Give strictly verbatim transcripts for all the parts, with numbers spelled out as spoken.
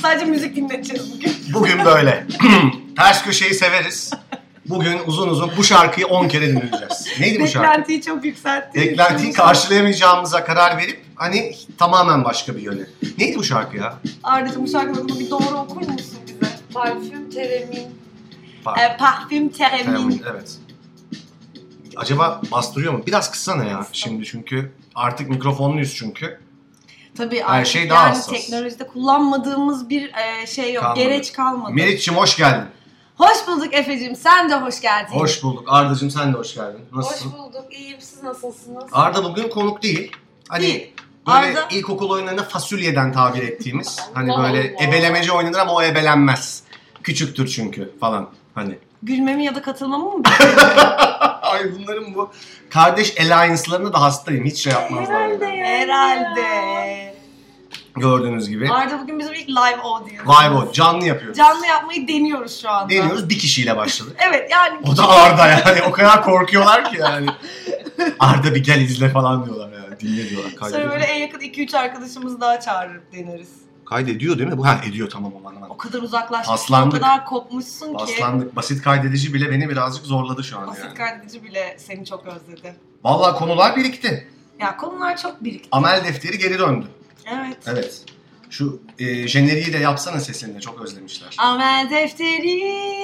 Sadece müzik dinleteceğiz bugün. Bugün böyle. Ters köşeyi severiz. Bugün uzun uzun bu şarkıyı on kere dinleyeceğiz. Neydi bu şarkı? Beklentiyi çok yükseltti. Beklentiyi karşılayamayacağımıza karar verip hani tamamen başka bir yöne. Neydi bu şarkı ya? Arda'cığım bu şarkının adını bir doğru okur musun bize? Parfüm teremin. Par- e, parfüm teremin. Teremin, evet. Acaba bastırıyor mu? Biraz kıssana ya şimdi çünkü artık mikrofonluyuz çünkü. Tabii her artık şey daha yani hassas. Teknolojide kullanmadığımız bir e, şey yok. Kalmadı. Gereç kalmadı. Meriç'cim hoş geldin. Hoş bulduk Efe'cim. Sen de hoş geldin. Hoş bulduk. Arda'cığım sen de hoş geldin. Nasılsın? Hoş bulduk. İyiyim. Siz nasılsınız? Arda bugün konuk değil. Hani Değil. böyle Arda... ilkokul oyunlarında fasulyeden tabir ettiğimiz. Hani Allah böyle Allah. ebelemece oynanır ama o ebelenmez. Küçüktür çünkü falan hani. Gülmemi ya da katılmamı mı Ay bunların bu kardeş alliance'larına da hastayım. Hiç şey yapmazlar. Herhalde yani. ya. Herhalde. Gördüğünüz gibi. Arda bugün bizim ilk live audience. Live o. Canlı yapıyoruz. Canlı yapmayı deniyoruz şu anda. Deniyoruz. Bir kişiyle başladık. Evet yani. O da Arda yani. O kadar korkuyorlar ki yani. Arda bir gel izle falan diyorlar yani. Dinle diyorlar. Sonra Kaydediyor. böyle en yakın iki üç arkadaşımızı daha çağırıp deneriz. Kaydediyor değil mi? Bu ha ediyor tamam aman aman. O kadar uzaklaşmışsın, Aslandık. o kadar kopmuşsun ki. Aslanlık. Basit kaydedici bile beni birazcık zorladı şu an Basit yani. kaydedici bile seni çok özledi. Vallahi konular birikti. Ya konular çok birikti. Amel defteri geri döndü. Evet. Evet. Şu e, jeneriği de yapsana sesini de çok özlemişler. Amel defteri.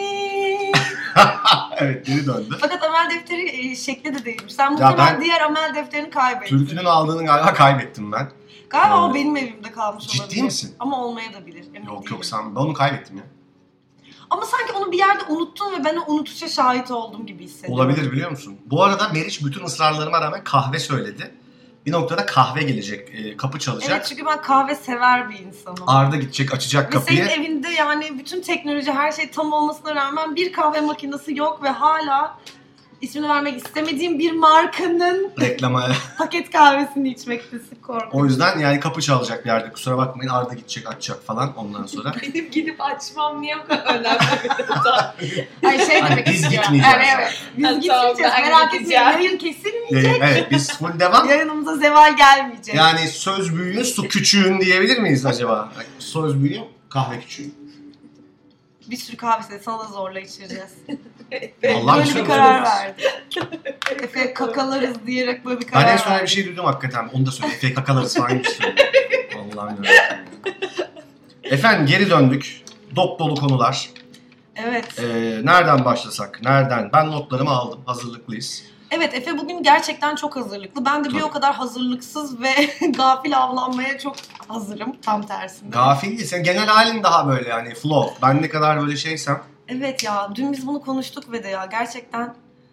Evet geri döndü. Fakat amel defteri e, şekli de değilmiş. Sen Ya muhtemelen ben- diğer amel defterini kaybettin. Türkünün aldığını galiba kaybettim ben. Galiba Yani- o benim evimde kalmış Ciddi olabilir. misin? Ama olmayabilir. Emin Yok değilim. yok sen ben onu kaybettim ya. Ama sanki onu bir yerde unuttun ve ben o unutuşa şahit oldum gibi hissediyorum. Olabilir biliyor musun? Bu arada Meriç bütün ısrarlarıma rağmen kahve söyledi. Bir noktada kahve gelecek, e, kapı çalacak. Evet çünkü ben kahve sever bir insanım. Arda gidecek açacak Ve kapıyı. senin evinde yani bütün teknoloji her şey tam olmasına rağmen bir kahve makinesi yok ve hala ismini vermek istemediğim bir markanın Reklama. paket kahvesini içmektesin korkunç. O yüzden yani kapı çalacak bir yerde. Kusura bakmayın Arda gidecek açacak falan ondan sonra. Benim gidip açmam niye bu kadar önemli bir detay? Ay şey Hani demek biz istiyorum. gitmeyeceğiz. Evet evet. Biz Ha, gitmeyeceğiz. tamam, ben Merak etmeyin. gideceğim. Yayın kesilmeyecek. Evet, evet biz full devam. Yayınımıza zeval gelmeyecek. Yani söz büyüğün su küçüğün diyebilir miyiz acaba? Söz büyüğün kahve küçüğün. Bir sürü kahvesi sana da zorla içireceğiz. Allah Böyle bir bir karar verdi. Efe kakalarız diyerek böyle bir karar Ben en verdi. son öyle bir şey duydum hakikaten. Onu da söyle. F K K'larız falan gibi söylüyor. Allah'ım ya. Efendim geri döndük. Dop dolu konular. Evet. Ee, nereden başlasak? Nereden? Ben notlarımı aldım. Hazırlıklıyız. Evet Efe bugün gerçekten çok hazırlıklı. Ben de bir Tabii. o kadar hazırlıksız ve gafil avlanmaya çok hazırım. Tam tersinde. Gafil değil. Sen genel halin daha böyle yani flow. Ben ne kadar böyle şeysem. Evet ya dün biz bunu konuştuk ve de ya gerçekten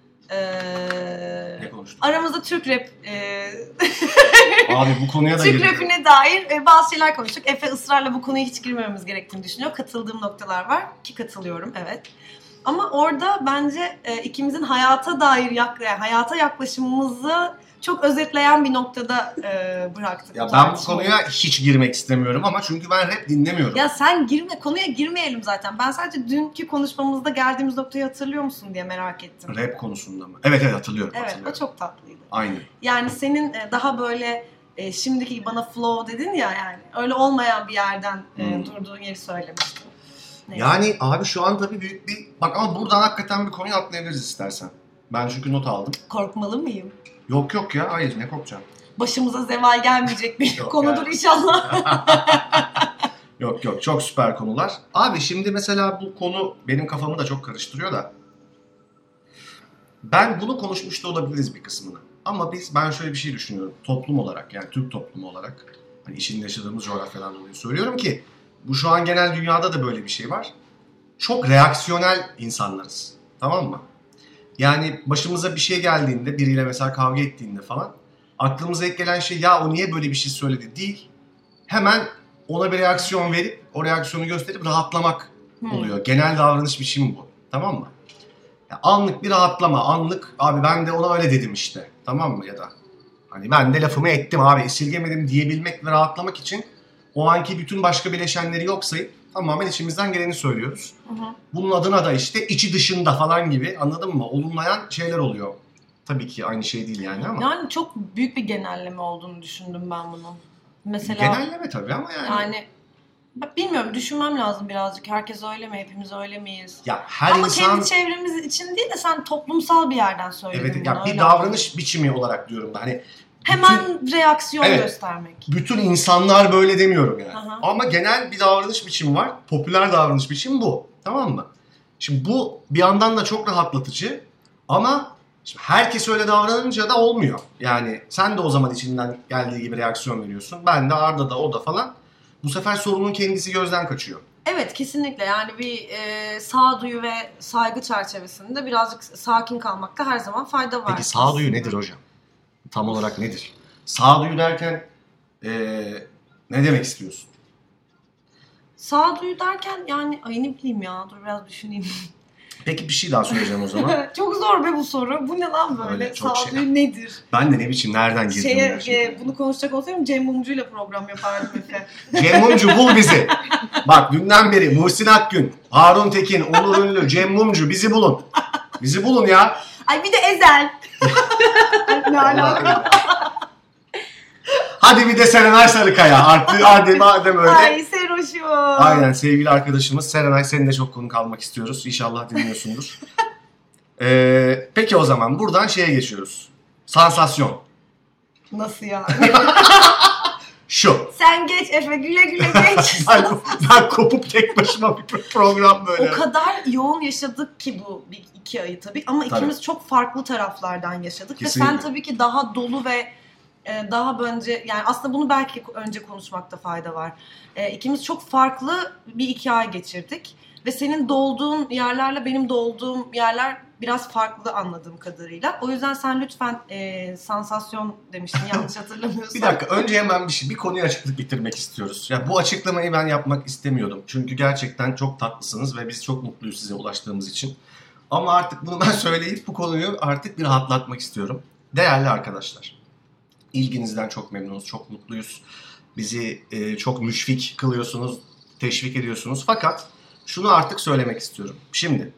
ee, Ne konuştuk? aramızda Türk rap ee, Abi bu konuya da Türk girdim. rapine dair e, bazı şeyler konuştuk. Efe ısrarla bu konuya hiç girmememiz gerektiğini düşünüyor. Katıldığım noktalar var ki katılıyorum evet. Ama orada bence e, ikimizin hayata dair yak, yani hayata yaklaşımımızı çok özetleyen bir noktada e, bıraktık. Ya bu ben bu tartışmayı. konuya hiç girmek istemiyorum ama çünkü ben rap dinlemiyorum. Ya sen girme, konuya girmeyelim zaten. Ben sadece dünkü konuşmamızda geldiğimiz noktayı hatırlıyor musun diye merak ettim. Rap konusunda mı? Evet evet hatırlıyorum. Evet, o hatırlıyorum. çok tatlıydı. Aynı. Yani senin e, daha böyle e, şimdiki bana flow dedin ya yani öyle olmayan bir yerden e, Hmm. durduğun yeri söylemiştin. Neyse. Yani abi şu an tabii büyük bir... Bak ama buradan hakikaten bir konuyu atlayabiliriz istersen. Ben çünkü not aldım. Korkmalı mıyım? Yok yok ya hayır ne korkacağım. Başımıza zeval gelmeyecek bir Yok konudur yani. inşallah. Yok yok çok süper konular. Abi şimdi mesela bu konu benim kafamı da çok karıştırıyor da. Ben bunu konuşmuş da olabiliriz bir kısmını. Ama biz ben şöyle bir şey düşünüyorum. Toplum olarak yani Türk toplumu olarak. Hani içinde yaşadığımız coğrafyadan dolayı söylüyorum ki bu şu an genel dünyada da böyle bir şey var. Çok reaksiyonel insanlarız. Tamam mı? Yani başımıza bir şey geldiğinde, biriyle mesela kavga ettiğinde falan aklımıza ilk gelen şey ya o niye böyle bir şey söyledi değil. Hemen ona bir reaksiyon verip o reaksiyonu gösterip rahatlamak Hmm. oluyor. Genel davranış biçimi bu. Tamam mı? Ya anlık bir rahatlama, anlık abi ben de ona öyle dedim işte. Tamam mı? Ya da hani ben de lafımı ettim abi esirgemedim diyebilmek ve rahatlamak için o anki bütün başka bileşenleri yok sayıp tamamen içimizden geleni söylüyoruz. Hı hı. Bunun adına da işte içi dışında falan gibi anladın mı? Olumlayan şeyler oluyor. Tabii ki aynı şey değil yani ama. Yani çok büyük bir genelleme olduğunu düşündüm ben bunun. Mesela Genelleme tabii ama yani. yani Bilmiyorum, düşünmem lazım birazcık. Herkes öyle mi? Hepimiz öyle miyiz? Ya her Ama insan... kendi çevremiz için değil de sen toplumsal bir yerden söyledin Evet, bunu. ya bir öyle davranış anladım. biçimi olarak diyorum da hani Hemen bütün, reaksiyon Evet. göstermek. bütün insanlar böyle demiyorum yani. Aha. Ama genel bir davranış biçimi var. Popüler davranış biçimi bu. Tamam mı? Şimdi bu bir yandan da çok rahatlatıcı ama şimdi herkes öyle davranınca da olmuyor. Yani sen de o zaman içinden geldiği gibi reaksiyon veriyorsun. Ben de, Arda da, o da falan. Bu sefer sorunun kendisi gözden kaçıyor. Evet, kesinlikle. Yani bir e, sağduyu ve saygı çerçevesinde birazcık sakin kalmakta her zaman fayda var. Peki sağduyu nedir hocam? Tam olarak nedir? Sağduyu derken ee, ne demek istiyorsun? Sağduyu derken yani ay ne bileyim ya, dur biraz düşüneyim. Peki bir şey daha söyleyeceğim o zaman. Çok zor be bu soru. Bu ne lan böyle? Öyle, çok Sağduyu şey. nedir? Ben de ne biçim nereden girdim Şeye, gerçekten. e, bunu konuşacak olsaydım Cem Mumcu'yla program yapardım Efe. Cem Mumcu bul bizi. Bak dünden beri Muhsin Akgün, Harun Tekin, Onur Ünlü, Cem Mumcu bizi bulun. Bizi bulun ya. Ay bir de Ezel. Ne alaka? Hadi bir de Serenay Sarıkaya. Artık hadi madem öyle. Ay Seroş'um. Aynen, sevgili arkadaşımız Serenay, seninle çok konuk almak istiyoruz. İnşallah dinliyorsundur. Ee, peki o zaman buradan şeye geçiyoruz. Sansasyon. Nasıl yani? Şu. Sen geç Efe, güle güle geç. ben, ben kopup tek başıma bir program böyle. O kadar yoğun yaşadık ki bu bir iki ayı tabii. Ama Tabii. ikimiz çok farklı taraflardan yaşadık. Kesinlikle. Ve sen tabii ki daha dolu ve e, daha bence, yani aslında bunu belki önce konuşmakta fayda var. E, ikimiz çok farklı bir iki ay geçirdik. Ve senin dolduğun yerlerle benim dolduğum yerler biraz farklı anladığım kadarıyla. O yüzden sen lütfen e, sansasyon demiştin yanlış hatırlamıyorsam. Bir dakika, önce hemen bir şey, bir konuya açıklık getirmek istiyoruz. Ya bu açıklamayı ben yapmak istemiyordum. Çünkü gerçekten çok tatlısınız ve biz çok mutluyuz size ulaştığımız için. Ama artık bunu ben söyleyip bu konuyu artık bir rahatlatmak istiyorum. Değerli arkadaşlar, ilginizden çok memnunuz, çok mutluyuz. Bizi e, çok müşfik kılıyorsunuz, teşvik ediyorsunuz. Fakat şunu artık söylemek istiyorum. Şimdi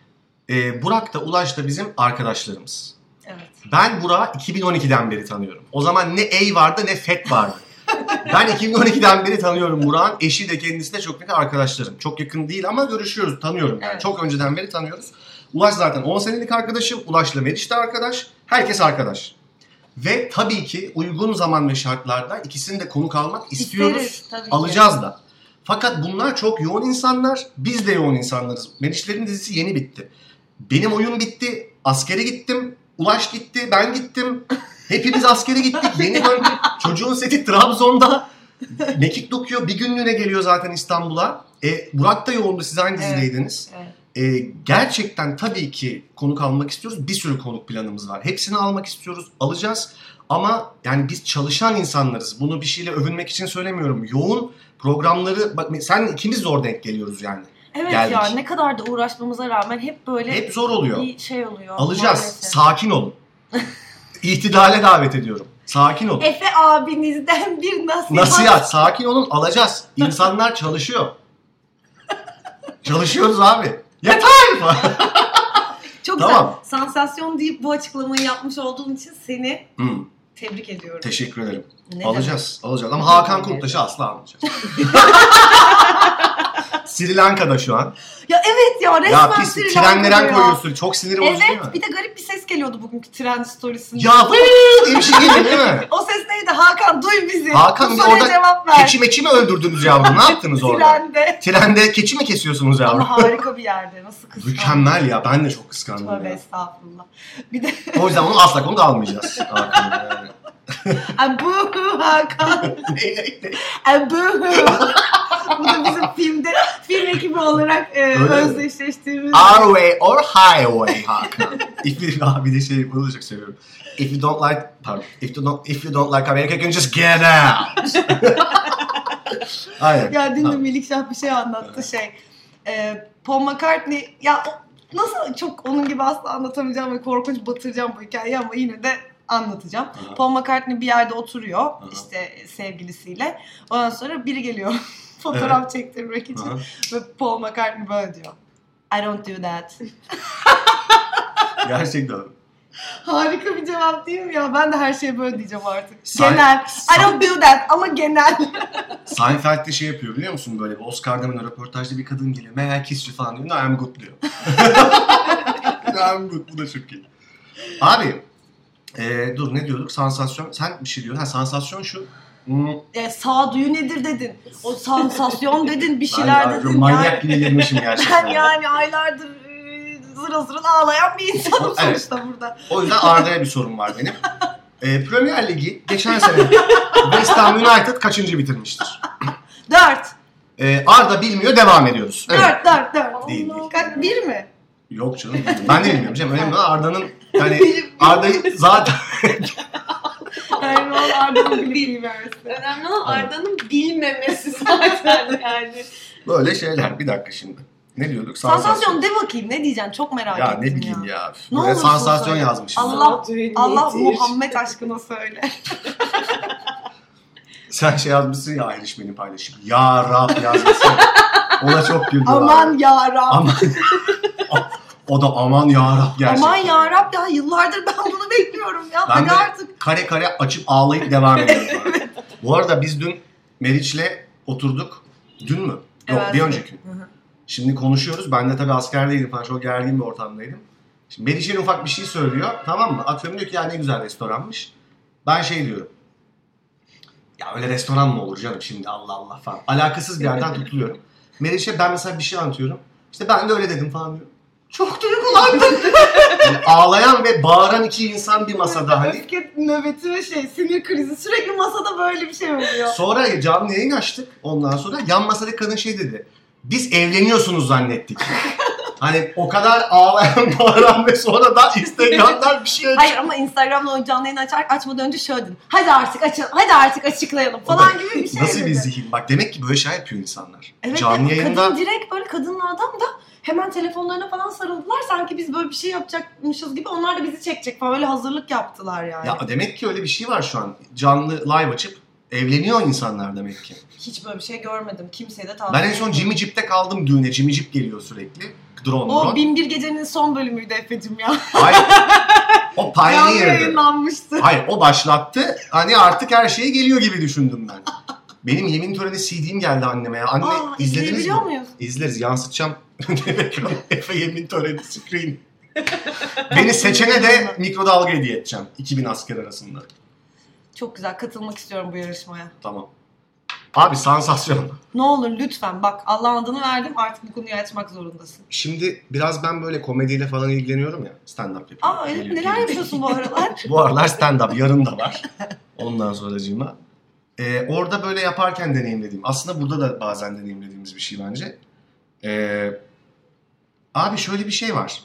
e, Burak da Ulaş da bizim arkadaşlarımız. Evet. Ben Burak'ı iki bin on ikiden beri tanıyorum. O zaman ne A vardı ne F vardı. Ben iki bin on ikiden beri tanıyorum Burak'ın. Eşi de kendisi de çok yakın arkadaşlarım. Çok yakın değil ama görüşüyoruz, tanıyorum yani. Evet. Çok önceden beri tanıyoruz. Ulaş zaten on senelik arkadaşım. Ulaş'la Meriç de arkadaş. Herkes arkadaş. Ve tabii ki uygun zaman ve şartlarda ikisini de konuk almak istiyoruz. İsteriz, tabii ki. Alacağız da. Fakat bunlar çok yoğun insanlar. Biz de yoğun insanlarız. Meriçlerin dizisi yeni bitti. Benim oyun bitti. Askere gittim. Ulaş gitti. Ben gittim. Hepimiz askere gittik. Yeni döndük. Çocuğun seti Trabzon'da. Mekik dokuyor. Bir günlüğüne geliyor zaten İstanbul'a. E, Burak da yoğundu. Siz hangi dizideydiniz? Evet. E, gerçekten tabii ki konuk almak istiyoruz. Bir sürü konuk planımız var. Hepsini almak istiyoruz. Alacağız. Ama yani biz çalışan insanlarız. Bunu bir şeyle övünmek için söylemiyorum. Yoğun programları, bak sen ikimiz zor denk geliyoruz yani. Evet Geldik. ya, ne kadar da uğraşmamıza rağmen hep böyle Hep zor oluyor. bir şey oluyor. Alacağız. Maalesef. Sakin olun. İhtidale davet ediyorum. Sakin olun. Efe abinizden bir nasihat. Nasihat. Sakin olun. Alacağız. İnsanlar çalışıyor. Çalışıyoruz abi. Yeter! Çok Tamam. güzel. Sansasyon deyip bu açıklamayı yapmış olduğun için seni Hmm, tebrik ediyorum. teşekkür ederim. Ne Alacağız. Alacağız. Ama Hakan Kurttaş'ı asla almayacağız. Sri Lanka'da şu an. Ya evet ya, resmen Ya pis Sri tren Lanka'da neden ya. koyuyorsun? Çok sinir bozucu değil mi? Evet, bir de garip bir ses geliyordu bugünkü tren storiesinde. Ya bu diye bir şey geliyor değil mi? O ses neydi? Hakan duy bizi. Hakan, Bu bir soruya orada cevap ver. Keçi meçi mi öldürdünüz yavrum? Ne yaptınız orada? Trende. Trende keçi mi kesiyorsunuz yavrum? Ama harika bir yerde. Nasıl kıskandım. Mükemmel ya. Ben de çok kıskandım Tövbe ya. estağfurullah. Bir de O yüzden onu asla konuk almayacağız. Hakan'ı yani. Abu Hakan. Abu. Bu da bizim filmde film ekibi olarak e, Öyle mi? özdeşleştiğimiz. Our way or highway Hakan. If you, Aa, bir de şey bunu çok seviyorum. If you don't like, pardon. If you don't, if you don't like America, you can just get out. Aynen. Ya dün de Tamam. Melikşah bir şey anlattı şey. E, Paul McCartney ya o- nasıl, çok onun gibi asla anlatamayacağım ve korkunç batıracağım bu hikayeyi ama yine de anlatacağım. Aha. Paul McCartney bir yerde oturuyor Aha. işte sevgilisiyle. Ondan sonra biri geliyor fotoğraf çektirmek için Aha. ve Paul McCartney böyle diyor. I don't do that. Gerçekten. Harika bir cevap değil mi ya? Ben de her şeye böyle diyeceğim artık. Sen- Genel. I don't do that ama genel. Seinfeld'de şey yapıyor biliyor musun? Böyle bir Oscar'da mı röportajda bir kadın geliyor. May I kiss you falan diyor. No, I'm good diyor. No, I'm good. Bu da çok iyi. Abi e, dur ne diyorduk? Sansasyon. Sen bir şey diyordun. Ha, sansasyon şu. Hmm, E, sağduyu nedir dedin. O sansasyon dedin. Bir ben şeyler ya, dedin. manyak Yani, gibi girmişim gerçekten. ben yani aylardır e, zırıl zırıl ağlayan bir insanım Evet. sonuçta burada. O yüzden Arda'ya bir sorum var benim. E, Premier Ligi geçen sene West Ham United kaçıncı bitirmiştir? Dört. E, Arda bilmiyor, devam ediyoruz. Evet. Dört, dört, dört. Değil, değil. Kaç, bir mi? Yok canım. Ben de bilmiyorum canım. Önemli olan Arda'nın yani Arda'yı zaten Hayır, o Arda'nın bildiği versin. Önemli olan Arda'nın bilmemesi zaten yani. böyle şeyler. Bir dakika şimdi. Ne diyorduk? Sansasyon de bakayım, ne diyeceksin? Çok merak Ya ettim ne bileyim ya. ya. Ne Böyle olursun sansasyon söyle. yazmışım. Allah- Sağduyu Allah nedir? Muhammed aşkına söyle. Sen şey yazmışsın ya Irishman'in paylaşım. Ya Rab yazmışsın. Ona çok güldüm. Aman abi. yarab. Aman. O da aman ya Rab gerçekten. Aman yarab ya, yıllardır ben bunu bekliyorum ya. Ben Hadi de artık. kare kare açıp ağlayıp devam ediyorum. Bu arada biz dün Meriç'le oturduk. Dün mü? Yok Evet. bir önceki gün. Hı hı. Şimdi konuşuyoruz. Ben de tabii askerdeydim falan. Çok gergin bir ortamdaydım. Şimdi Meriç'in ufak bir şey söylüyor. Tamam mı? Atıyorum diyor ki ya ne güzel restoranmış. Ben şey diyorum. Ya öyle restoran mı olur canım şimdi Allah Allah falan. Alakasız bir yerden tutuluyorum. Meriç'e ben mesela bir şey anlatıyorum. İşte ben de öyle dedim falan diyor. Çok duygulandım. Yani ağlayan ve bağıran iki insan bir masada hani. Öfke nöbeti ve şey, sinir krizi. Sürekli masada böyle bir şey oluyor. Sonra canlı yayın açtık. Ondan sonra yan masadaki kadın şey dedi. Biz evleniyorsunuz zannettik. Hani o kadar ağlayan, bağıran ve sonra da Instagram'dan bir şey açıyor. Hayır ama Instagram'da o canlı yayını açar, açmadan önce şöyle dedim. Hadi artık açalım, hadi artık açıklayalım falan gibi bir şey Nasıl dedi. bir zihin? Bak demek ki böyle şey yapıyor insanlar. Evet, Canlı evet, yayında kadın direkt böyle, kadınla adam da hemen telefonlarına falan sarıldılar. Sanki biz böyle bir şey yapacakmışız gibi, onlar da bizi çekecek falan, öyle hazırlık yaptılar yani. ya demek ki öyle bir şey var şu an. Canlı live açıp evleniyor insanlar demek ki. Hiç böyle bir şey görmedim. Kimseye de tavsiye Ben en son etmiyorum. Jimmy Jeep'te kaldım düğüne. Jimmy Jeep geliyor sürekli. Drone O drone. Bin Bir Gece'nin son bölümüydü Efe'cim ya. Hayır. O Canlı Pioneer'dı. yayınlanmıştı. Hayır o başlattı. Hani artık her şeye geliyor gibi düşündüm ben. Benim yemin töreni C D'm geldi anneme ya. Anne Aa, izlediniz izleyebiliyor mi? muyuz? İzleriz. Yansıtacağım. Efe yemin töreni screen. Beni seçene de mikrodalga hediye edeceğim. iki bin asker arasında. Çok güzel, katılmak istiyorum bu yarışmaya. Tamam. Abi sansasyon. Ne olur lütfen bak, Allah'ın adını verdim, artık bu konuyu açmak zorundasın. Şimdi biraz ben böyle komediyle falan ilgileniyorum ya. Stand-up yapıyorum. Aa evet, Geliyor, neler geliyor. yapıyorsun bu aralar? Bu aralar stand-up. Yarın da var. Ondan sonracığıma. Ee, orada böyle yaparken deneyimlediğim. Aslında burada da bazen deneyimlediğimiz bir şey bence. Ee, abi şöyle bir şey var.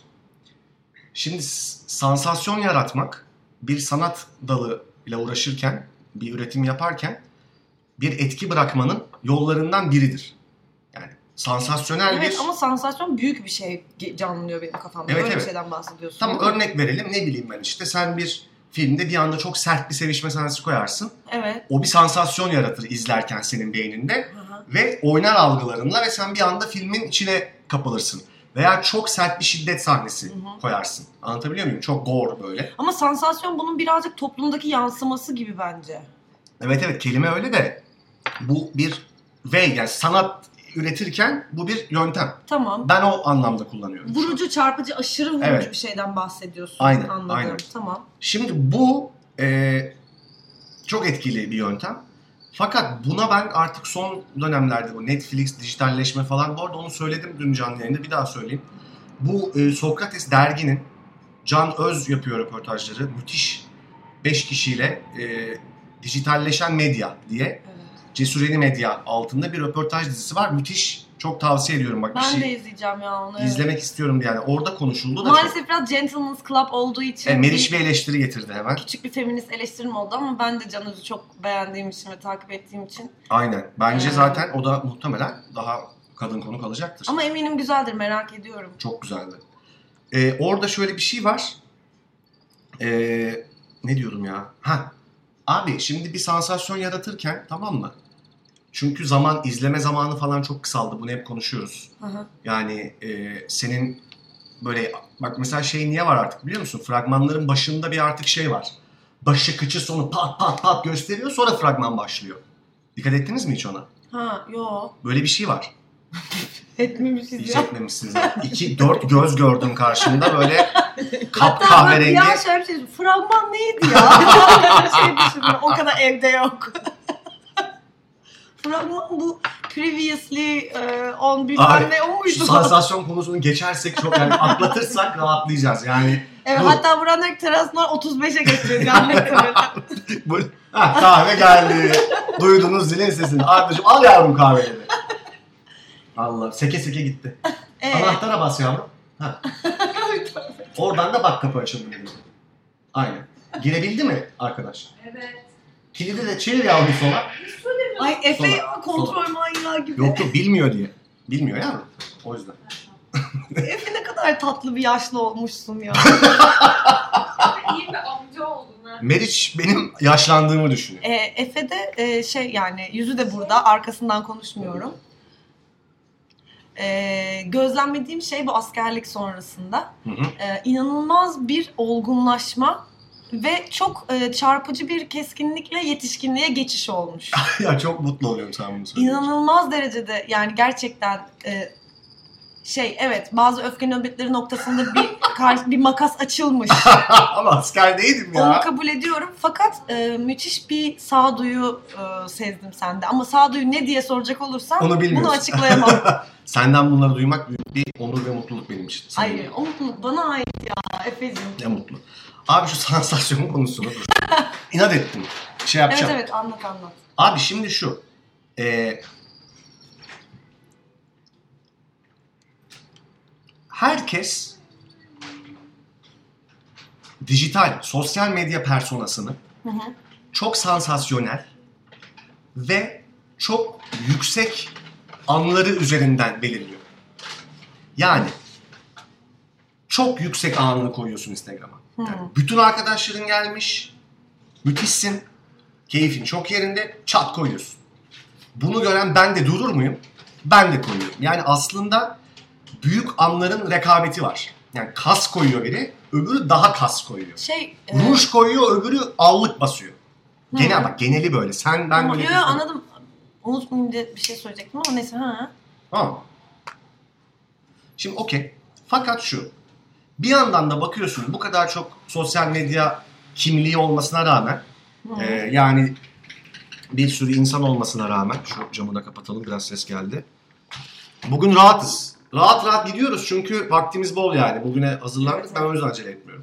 Şimdi s- sansasyon yaratmak bir sanat dalı ile uğraşırken, bir üretim yaparken bir etki bırakmanın yollarından biridir. Yani sansasyonel Evet bir... ama sansasyon büyük bir şey canlanıyor benim kafamda. Evet, Böyle evet. bir şeyden bahsediyorsun. Tamam örnek verelim ne bileyim ben işte sen bir filmde bir anda çok sert bir sevişme sahnesi koyarsın. Evet. O bir sansasyon yaratır izlerken senin beyninde Hı hı. ve oynar algılarınla ve sen bir anda filmin içine kapılırsın. Veya çok sert bir şiddet sahnesi Hı hı. koyarsın. Anlatabiliyor muyum? Çok gore böyle. Ama sansasyon bunun birazcık toplumdaki yansıması gibi bence. Evet evet kelime öyle de bu bir way yani sanat üretirken bu bir yöntem. Tamam. Ben o anlamda kullanıyorum. Vurucu, çarpıcı, aşırı vurucu Evet. bir şeyden bahsediyorsun. Aynen, Anladım. aynen. Tamam. Şimdi bu e, çok etkili bir yöntem. Fakat buna ben artık son dönemlerde bu Netflix, dijitalleşme falan, bu arada onu söyledim dün canlı yayında, bir daha söyleyeyim. Bu e, Sokrates derginin Can Öz yapıyor röportajları. Müthiş beş kişiyle e, dijitalleşen medya diye Evet. Cesur Yeni Medya altında bir röportaj dizisi var. Müthiş. Çok tavsiye ediyorum bak bir Ben şey. de izleyeceğim ya onu. evet. İzlemek istiyorum yani. Orada konuşuldu da Maalesef çok. biraz Gentleman's Club olduğu için E, Meriç bir- bir eleştiri getirdi hemen. küçük bir feminist eleştirim oldu ama ben de Can Öz'ü çok beğendiğim için ve takip ettiğim için. Aynen. Bence Ee, zaten o da muhtemelen daha kadın konuk alacaktır. Ama eminim güzeldir, merak ediyorum. Çok güzeldi. Ee, orada şöyle bir şey var. Ee, ne diyorum ya? Ha. Abi şimdi bir sansasyon yaratırken tamam mı? Çünkü zaman, izleme zamanı falan çok kısaldı. Bunu hep konuşuyoruz. Hı hı. Yani e, senin böyle bak mesela şey niye var artık biliyor musun? Fragmanların başında bir artık şey var. Başı kıçı sonu pat pat pat gösteriyor sonra fragman başlıyor. Dikkat ettiniz mi hiç ona? Ha yo. Böyle bir şey var. Etmemişiz Hiç ya. etmemişsiniz. İki, dört göz gördüm karşımda böyle kap Hatta kahverengi. ya şöyle bir şey, fragman neydi ya? şey düşünüyorum, o kadar evde yok. Fragman bu previously e, on bilmem Abi, ne o muydu? Şu sansasyon konusunu geçersek çok yani atlatırsak rahatlayacağız yani. Evet, bu, hatta buranın terasından otuz beşe geçeceğiz yani. bu, ha, kahve geldi. Duydunuz zilin sesini. Ardacığım al yavrum kahveleri. Allah seke seke gitti. Ee, Anahtara bas yavrum. Ha. Oradan da bak kapı açıldı. Aynen. Girebildi mi arkadaş? Evet. Kilidi de çevir yavrum sola. Ay Efe Sola, ya, kontrol sola. manyağı gibi. Yok yok bilmiyor diye. Bilmiyor ya. O yüzden. Efe ne kadar tatlı bir yaşlı olmuşsun ya. İyi bir amca oldun ha. Meriç benim yaşlandığımı düşünüyor. e, Efe de e, şey yani yüzü de burada, arkasından konuşmuyorum. E, gözlemlediğim şey bu askerlik sonrasında. Hı hı. E, inanılmaz bir olgunlaşma ve çok e, çarpıcı bir keskinlikle yetişkinliğe geçiş olmuş. Ya çok mutlu oluyorum sen bunu söyleyince. İnanılmaz derecede yani gerçekten e, şey evet bazı öfke nöbetleri noktasında bir kar- bir makas açılmış. Ama asker değilim ya. Onu kabul ediyorum. Fakat e, müthiş bir sağduyu e, sezdim sende. Ama sağduyu ne diye soracak olursan Onu bilmiyorsun. bunu açıklayamam. Senden bunları duymak büyük bir onur ve mutluluk benim için. Sana Ay o mutluluk bana ait ya Efe'cim. ne mutlu. Abi şu sansasyonun konusunu dur. İnat ettim. Şey Evet yapacağım. evet anlat anlat. Abi şimdi şu. E, herkes dijital, sosyal medya personasını Hı hı. çok sansasyonel ve çok yüksek anları üzerinden belirliyor. Yani çok yüksek anını koyuyorsun Instagram'a. Yani Hı. bütün arkadaşların gelmiş, müthişsin, keyfin çok yerinde, çat koyuyorsun. Bunu gören ben de durur muyum? Ben de koyuyorum. Yani aslında büyük anların rekabeti var. Yani kas koyuyor biri, öbürü daha kas koyuyor. Şey e, Ruj koyuyor, öbürü allık basıyor. Hı. Genel bak geneli böyle. Sen ben ama, böyle. yo, yo, anladım. Unutmayayım diye bir şey söyleyecektim ama neyse ha. Tamam. Şimdi okey. Fakat şu. Bir yandan da bakıyorsun bu kadar çok sosyal medya kimliği olmasına rağmen Hı. e, yani bir sürü insan olmasına rağmen şu camı da kapatalım biraz ses geldi. Bugün rahatız. Rahat rahat gidiyoruz çünkü vaktimiz bol yani. Bugüne hazırlandık. Ben o yüzden acele etmiyorum.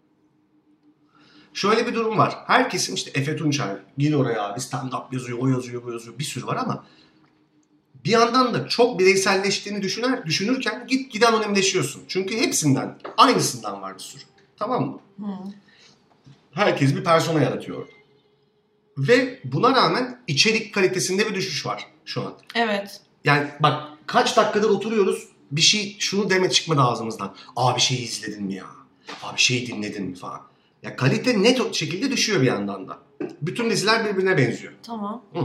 Şöyle bir durum var. Herkesin işte Efe Tunçay gir oraya abi stand-up yazıyor, o yazıyor, bu yazıyor. Bir sürü var ama bir yandan da çok bireyselleştiğini düşünür, düşünürken git gide anonimleşiyorsun. Çünkü hepsinden, aynısından var bir sürü. Tamam mı? Hı. Herkes bir persona yaratıyor orada. Ve buna rağmen içerik kalitesinde bir düşüş var şu an. Evet. Yani bak kaç dakikadır oturuyoruz bir şey şunu deme çıkmadı ağzımızdan. Abi şeyi izledin mi ya? Abi şeyi dinledin mi falan. Ya kalite net şekilde düşüyor bir yandan da. Bütün diziler birbirine benziyor. Tamam. Hı.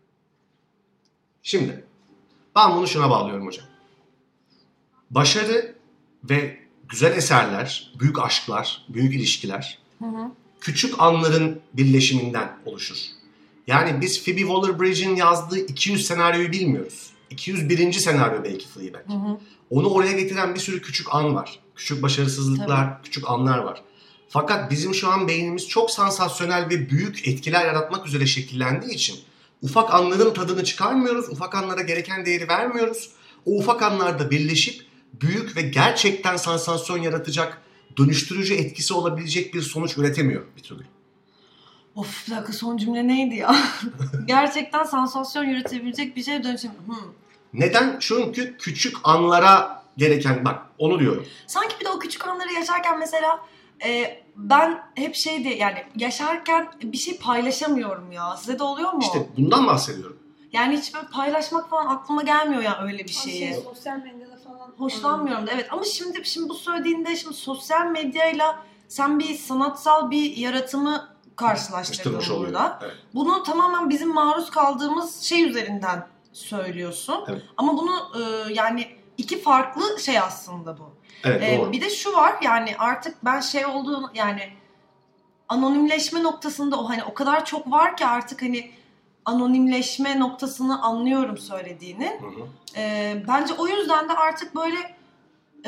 Şimdi ben bunu şuna bağlıyorum hocam. Başarı ve güzel eserler, büyük aşklar, büyük ilişkiler Hı hı. küçük anların birleşiminden oluşur. Yani biz Phoebe Waller-Bridge'in yazdığı iki yüz senaryoyu bilmiyoruz. iki yüz birinci senaryo belki Fleabag. Hı hı. Onu oraya getiren bir sürü küçük an var. Küçük başarısızlıklar, küçük anlar var. Fakat bizim şu an beynimiz çok sansasyonel ve büyük etkiler yaratmak üzere şekillendiği için ufak anların tadını çıkarmıyoruz, ufak anlara gereken değeri vermiyoruz. O ufak anlarda birleşip büyük ve gerçekten sansasyon yaratacak, dönüştürücü etkisi olabilecek bir sonuç üretemiyor bir türlü. Of bir dakika son cümle neydi ya? Gerçekten sansasyon yürütebilecek bir şey dönüşüm. Hı. Neden? Çünkü küçük anlara gereken, bak onu diyorum. Sanki bir de o küçük anları yaşarken mesela e, ben hep şeydi yani yaşarken bir şey paylaşamıyorum ya. Size de oluyor mu? İşte bundan bahsediyorum. Yani hiç böyle paylaşmak falan aklıma gelmiyor ya öyle bir Şey, şeyi. sosyal medyada falan. Hoşlanmıyorum da evet ama şimdi şimdi bu söylediğinde şimdi sosyal medyayla sen bir sanatsal bir yaratımı karşılaştırdın Karıştırmış oluyor. burada. Evet. Bunu tamamen bizim maruz kaldığımız şey üzerinden söylüyorsun. Evet. Ama bunu e, yani iki farklı şey aslında bu. Evet, Ee, doğru. bir de şu var, yani artık ben şey olduğunu, yani anonimleşme noktasında o hani o kadar çok var ki artık hani anonimleşme noktasını anlıyorum söylediğini. Hı hı. Ee, bence o yüzden de artık böyle e,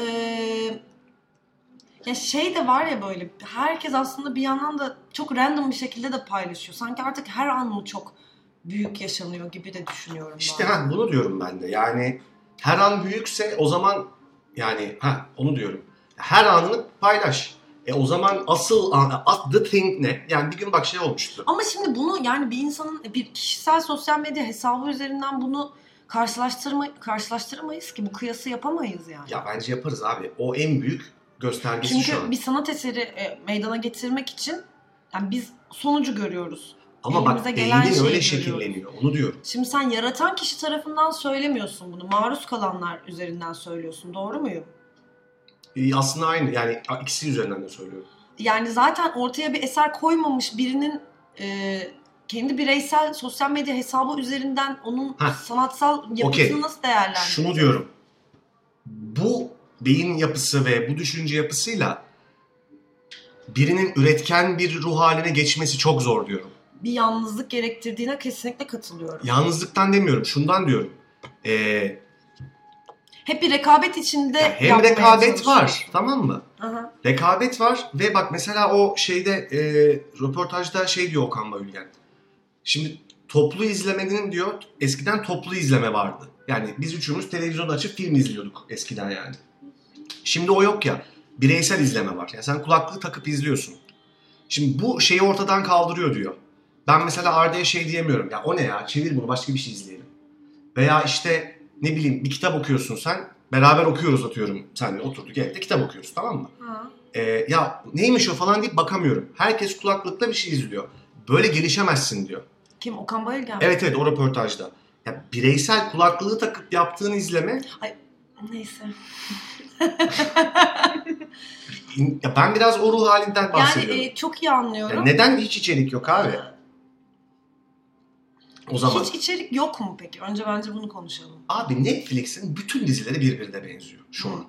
ya şey de var ya, böyle herkes aslında bir yandan da çok random bir şekilde de paylaşıyor. Sanki artık her an mı çok büyük yaşanıyor gibi de düşünüyorum. İşte bazen. ha, bunu diyorum ben de. Yani her an büyükse o zaman yani ha onu diyorum. Her anını paylaş. E o zaman asıl an- the thing ne? Yani bir gün bak şey olmuştu. Ama şimdi bunu, yani bir insanın bir kişisel sosyal medya hesabı üzerinden bunu karşılaştırma, karşılaştıramayız ki. Bu kıyası yapamayız yani. Ya bence yaparız abi. O en büyük göstergesi şu Çünkü an. bir sanat eseri e, meydana getirmek için yani biz sonucu görüyoruz. Ama bak elimize gelen beynin şeyi öyle görüyoruz. şekilleniyor. Onu diyorum. Şimdi sen yaratan kişi tarafından söylemiyorsun bunu. Maruz kalanlar üzerinden söylüyorsun. Doğru muyum? E, aslında aynı. Yani ikisi üzerinden de söylüyorum. Yani zaten ortaya bir eser koymamış birinin e, kendi bireysel sosyal medya hesabı üzerinden onun Heh. sanatsal yapısını Okey. nasıl değerlendiriyorsun? Şunu diyorum. Bu beyin yapısı ve bu düşünce yapısıyla birinin üretken bir ruh haline geçmesi çok zor diyorum. Bir yalnızlık gerektirdiğine kesinlikle katılıyorum. Yalnızlıktan demiyorum. Şundan diyorum. Ee, Hep bir rekabet içinde ya hem yapmaya rekabet var. çalışıyorsun. Tamam mı? Aha. Rekabet var ve bak mesela o şeyde e, röportajda şey diyor Okan Bayülgen. Şimdi toplu izlemenin diyor, eskiden toplu izleme vardı. Yani biz üçümüz televizyon açıp film izliyorduk eskiden yani. Şimdi o yok ya. Bireysel izleme var. Yani sen kulaklığı takıp izliyorsun. Şimdi bu şeyi ortadan kaldırıyor diyor. Ben mesela Arda'ya şey diyemiyorum. Ya o ne ya? Çevir bunu, başka bir şey izleyelim. Veya işte ne bileyim bir kitap okuyorsun sen. Beraber okuyoruz atıyorum. Senle oturduk evde kitap okuyoruz, tamam mı? Ha. Ee, ya neymiş o falan deyip bakamıyorum. Herkes kulaklıkla bir şey izliyor. Böyle gelişemezsin diyor. Kim? Okan Bayülgen mi? Evet evet, o röportajda. Ya bireysel kulaklığı takıp yaptığın izleme, Neyse. ya ben biraz o ruh halinden Yani bahsediyorum. e, çok iyi anlıyorum. Ya neden hiç içerik yok abi? O zaman. Hiç içerik yok mu peki? Önce bence bunu konuşalım. Abi Netflix'in bütün dizileri birbirine benziyor şu Hı. an.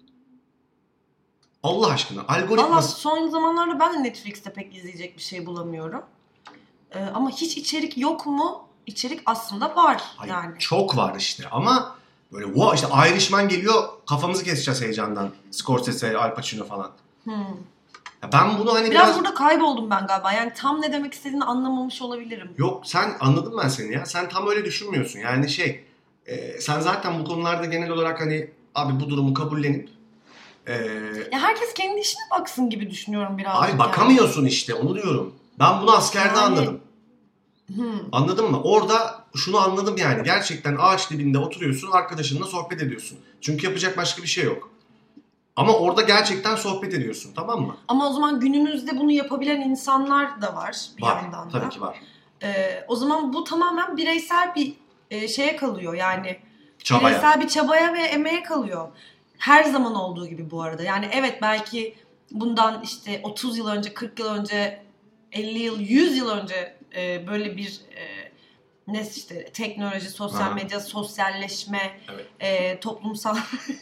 Allah aşkına Valla algoritması. son zamanlarda ben de Netflix'te pek izleyecek bir şey bulamıyorum. Ee, ama hiç içerik yok mu? İçerik aslında var Hayır, yani. çok var işte ama böyle wow, işte Irishman geliyor, kafamızı keseceğiz heyecandan. Scorsese, Al Pacino falan. Hmm. Ya ben bunu hani Biraz, biraz... burada kayboldum ben galiba. Yani tam ne demek istediğini anlamamış olabilirim. Yok, sen anladım ben seni ya. Sen tam öyle düşünmüyorsun. Yani şey, e, sen zaten bu konularda genel olarak hani abi bu durumu kabullenip e, Ya herkes kendi işine baksın gibi düşünüyorum birazcık. abi bakamıyorsun işte, onu diyorum. Ben bunu askerde Yani- anladım. Hmm. Anladın mı? Orada şunu anladım yani. Gerçekten ağaç dibinde oturuyorsun, arkadaşınla sohbet ediyorsun. Çünkü yapacak başka bir şey yok. Ama orada gerçekten sohbet ediyorsun, tamam mı? Ama o zaman günümüzde bunu yapabilen insanlar da var bir Var, yandan da. tabii ki var. Ee, o zaman bu tamamen bireysel bir e, şeye kalıyor. Yani Çabaya. bireysel bir çabaya ve emeğe kalıyor. Her zaman olduğu gibi bu arada. Yani evet, belki bundan işte otuz yıl önce, kırk yıl önce, elli yıl, yüz yıl önce e, böyle bir e, ne işte teknoloji, sosyal Aha. medya, sosyalleşme, Evet. e, toplumsal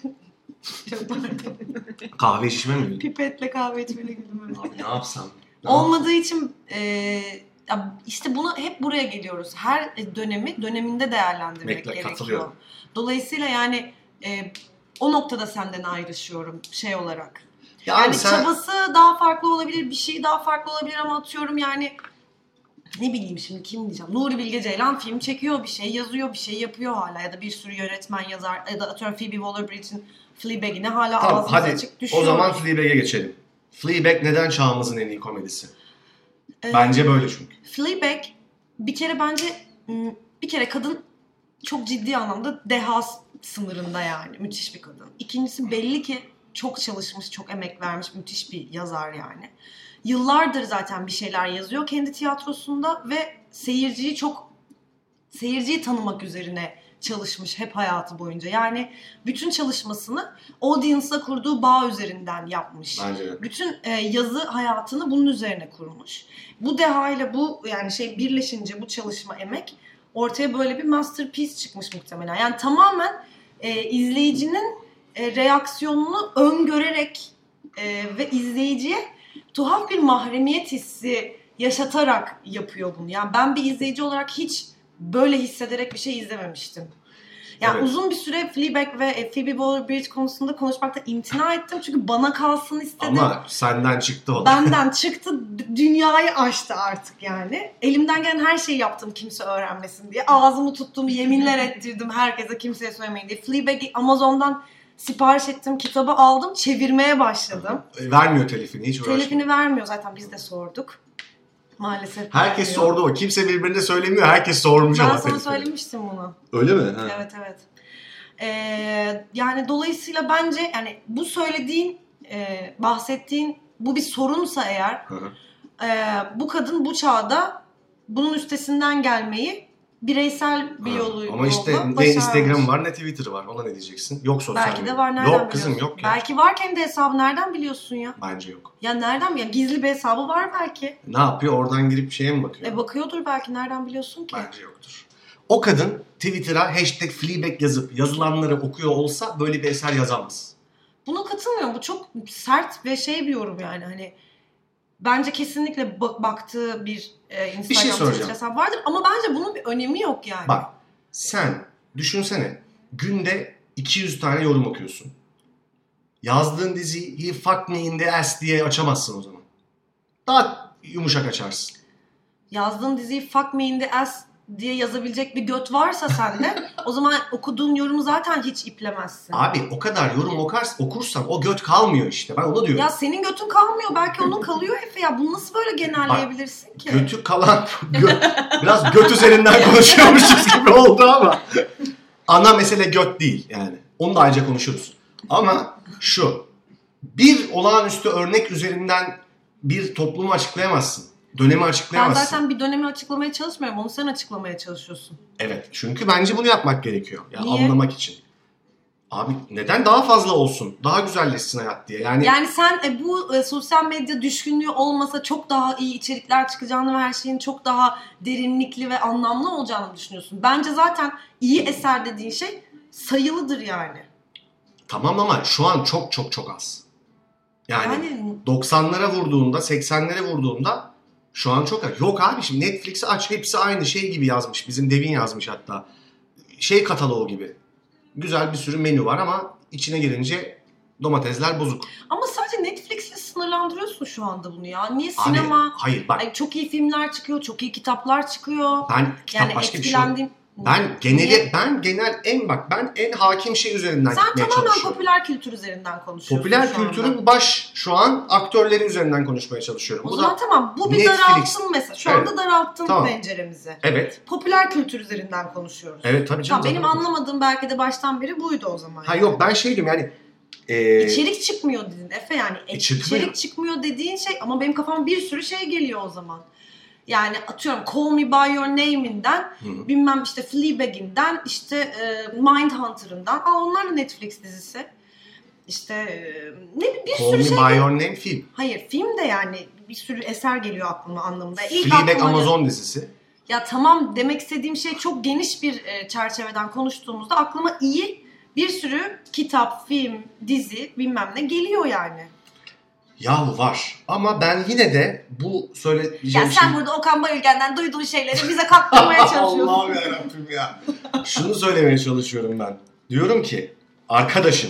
çok pardon. Kahve içme mi? Pipetle kahve içmene güldüm. Abi ne yapsam? Ne Olmadığı için e, ya işte bunu hep buraya geliyoruz. Her dönemi döneminde değerlendirmek Bekle, gerekiyor. katılıyorum. Dolayısıyla yani e, o noktada senden ayrışıyorum şey olarak. Ya Yani sen... çabası daha farklı olabilir, bir şey daha farklı olabilir ama atıyorum yani ne bileyim şimdi kim diyeceğim. Nuri Bilge Ceylan film çekiyor, bir şey yazıyor, bir şey yapıyor hala ya da bir sürü yönetmen yazar ya da atıyorum Phoebe Waller-Bridge'in Fleabag'ine hala Tamam, ağzımız hadi açık düşüyor. o zaman Fleabag'e geçelim. Fleabag neden çağımızın en iyi komedisi? Ee, Bence böyle çünkü. Fleabag bir kere bence bir kere kadın çok ciddi anlamda deha sınırında, yani müthiş bir kadın. İkincisi belli ki çok çalışmış, çok emek vermiş, müthiş bir yazar yani. Yıllardır zaten bir şeyler yazıyor kendi tiyatrosunda ve seyirciyi çok seyirciyi tanımak üzerine çalışmış hep hayatı boyunca. Yani bütün çalışmasını audience'la kurduğu bağ üzerinden yapmış. Bence de. Bütün e, yazı hayatını bunun üzerine kurmuş. Bu dehayla bu yani şey birleşince bu çalışma, emek ortaya böyle bir masterpiece çıkmış muhtemelen. Yani tamamen e, izleyicinin e, reaksiyonunu öngörerek e, ve izleyiciye tuhaf bir mahremiyet hissi yaşatarak yapıyor bunu. Yani ben bir izleyici olarak hiç böyle hissederek bir şey izlememiştim. Yani Evet. uzun bir süre Fleabag ve Phoebe Waller-Bridge konusunda konuşmakta imtina ettim. Çünkü bana kalsın istedim. Ama senden çıktı o da. Benden çıktı, d- dünyayı aştı artık yani. Elimden gelen her şeyi yaptım kimse öğrenmesin diye. Ağzımı tuttum, yeminler ettirdim herkese kimseye söylemeyin diye. Fleabag'i Amazon'dan sipariş ettim, kitabı aldım, çevirmeye başladım. Vermiyor telifini, hiç uğraşmıyor. Telifini vermiyor zaten, biz de sorduk. Maalesef Herkes vermiyor. sordu o. Kimse birbirine söylemiyor. Herkes sormuş Ben ama sana telifini. söylemiştim bunu. Öyle mi? Ha. Evet evet. Ee, yani dolayısıyla bence yani bu söylediğin, e, bahsettiğin bu bir sorunsa eğer, Hı hı. e, bu kadın bu çağda bunun üstesinden gelmeyi bireysel bir Ha. yolu Ama işte yolla ne başarmış. Instagram var ne Twitter var. Ona ne diyeceksin? Yok sosyal Belki de medya. var, nereden Yok kızım biliyorsun? yok ya. Belki var, kendi hesabı nereden biliyorsun ya? Bence yok. Ya nereden ya, gizli bir hesabı var belki. Ne yapıyor? Oradan girip şeye mi bakıyor? E bakıyordur belki, nereden biliyorsun ki? Bence yoktur. O kadın Twitter'a hashtag Fleabag yazıp yazılanları okuyor olsa böyle bir eser yazamaz. Buna katılmıyorum. Bu çok sert ve şey bir yorum yani. Hani bence kesinlikle bak- baktığı bir e, Instagram Bir şey Twitter soracağım. hesabı vardır ama bence bunun bir önemi yok yani. Bak sen düşünsene günde iki yüz tane yorum okuyorsun. Yazdığın diziyi He Fucked Me in the Ass diye açamazsın o zaman. Daha yumuşak açarsın. Yazdığın diziyi Fuck Me in the Ass diye yazabilecek bir göt varsa sende o zaman okuduğun yorumu zaten hiç iplemezsin. Abi o kadar yorum okarsın, okursan o göt kalmıyor işte. Ben onu diyorum. Ya senin götün kalmıyor, belki onun kalıyor Efe ya. Bunu nasıl böyle genelleyebilirsin ki? Götü kalan, gö- biraz göt üzerinden konuşuyormuşuz gibi oldu ama. Ana mesele göt değil yani. Onu da ayrıca konuşuruz. Ama şu, bir olağanüstü örnek üzerinden bir toplumu açıklayamazsın. Dönemi Ben açıklayamazsın. zaten bir dönemi açıklamaya çalışmıyorum. Onu sen açıklamaya çalışıyorsun. Evet, çünkü bence bunu yapmak gerekiyor. Ya Niye? anlamak için. Abi neden daha fazla olsun? Daha güzelleşsin hayat diye. Yani, Yani sen e, bu e, sosyal medya düşkünlüğü olmasa çok daha iyi içerikler çıkacağını ve her şeyin çok daha derinlikli ve anlamlı olacağını düşünüyorsun. Bence zaten iyi eser dediğin şey sayılıdır yani. tamam ama şu an çok çok çok az. Yani, Yani doksanlara vurduğunda, seksenlere vurduğunda şu an çok az. Yok abi şimdi Netflix'i aç, hepsi aynı şey gibi yazmış. Bizim Devin yazmış hatta. Şey kataloğu gibi. Güzel bir sürü menü var ama içine girince domatesler bozuk. ama sadece Netflix'le sınırlandırıyorsun şu anda bunu ya. Niye Abi, sinema? hayır bak Ay, çok iyi filmler çıkıyor, çok iyi kitaplar çıkıyor. ben kitap Yani başka bir şey yok. etkilendiğim... Ben geneli, Niye? ben genel en bak ben en hakim şey üzerinden Sen gitmeye tamamen çalışıyorum. popüler kültür üzerinden konuşuyorsun Popüler şu anda. kültürün baş şu an aktörleri üzerinden konuşmaya çalışıyorum. O Bu zaman da tamam, bu bir Netflix. daralttın mesela. Şu Evet. anda daralttın Tamam. penceremizi. evet. Popüler kültür üzerinden konuşuyoruz. Evet tabii canım. Tamam, benim zaten- anlamadığım belki de baştan beri buydu o zaman. Ha yok ben şey diyorum yani e, İçerik çıkmıyor dedin Efe yani. E, E, çıkmıyor. içerik çıkmıyor dediğin şey ama benim kafama bir sürü şey geliyor o zaman. Yani atıyorum Call Me By Your Name'inden, Hı. bilmem işte Fleabag'inden, işte e, Mindhunter'ından. Aa, onlar da Netflix dizisi. İşte e, ne bir Call sürü Me şey. By Your Name film. Hayır, film de yani bir sürü eser geliyor aklıma anlamında. İlk Fleabag aklıma- Amazon dizisi. Ya tamam, demek istediğim şey çok geniş bir e, çerçeveden konuştuğumuzda aklıma iyi bir sürü kitap, film, dizi bilmem ne geliyor yani. Yahu var ama ben yine de bu Ya söyleyeceğim sen şey... burada Okan Bayülgen'den duyduğun şeyleri bize kaptırmaya çalışıyorsun. Allah'ım yarabbim ya. Şunu söylemeye çalışıyorum ben. Diyorum ki arkadaşım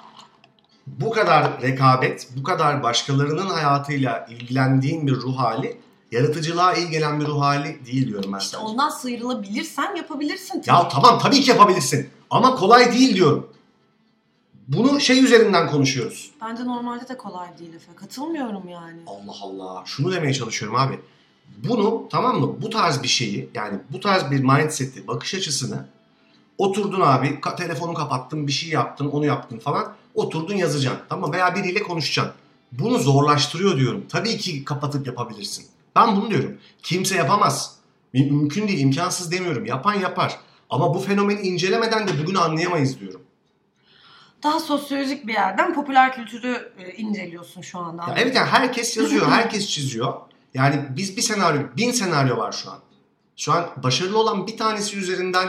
bu kadar rekabet, bu kadar başkalarının hayatıyla ilgilendiğin bir ruh hali yaratıcılığa iyi gelen bir ruh hali değil diyorum ben İşte sadece. ondan sıyrılabilirsen yapabilirsin. Ya tamam tabii ki yapabilirsin ama kolay değil diyorum. Bunu şey üzerinden konuşuyoruz. Bence normalde de kolay değil Efe. Katılmıyorum yani. Allah Allah. Şunu demeye çalışıyorum abi. Bunu tamam mı? Bu tarz bir şeyi yani bu tarz bir mindset'i, bakış açısını oturdun abi, ka- telefonu kapattın, bir şey yaptın, onu yaptın falan. Oturdun yazacaksın. Tamam mı? Veya biriyle konuşacaksın. Bunu zorlaştırıyor diyorum. Tabii ki kapatıp yapabilirsin. Ben bunu diyorum. Kimse yapamaz. Mü- Mümkün değil, imkansız demiyorum. Yapan yapar. Ama bu fenomeni incelemeden de bugün anlayamayız diyorum. Daha sosyolojik bir yerden popüler kültürü e, inceliyorsun şu anda. Ya evet yani herkes yazıyor, herkes çiziyor. Yani biz bir senaryo, bin senaryo var şu an. Şu an başarılı olan bir tanesi üzerinden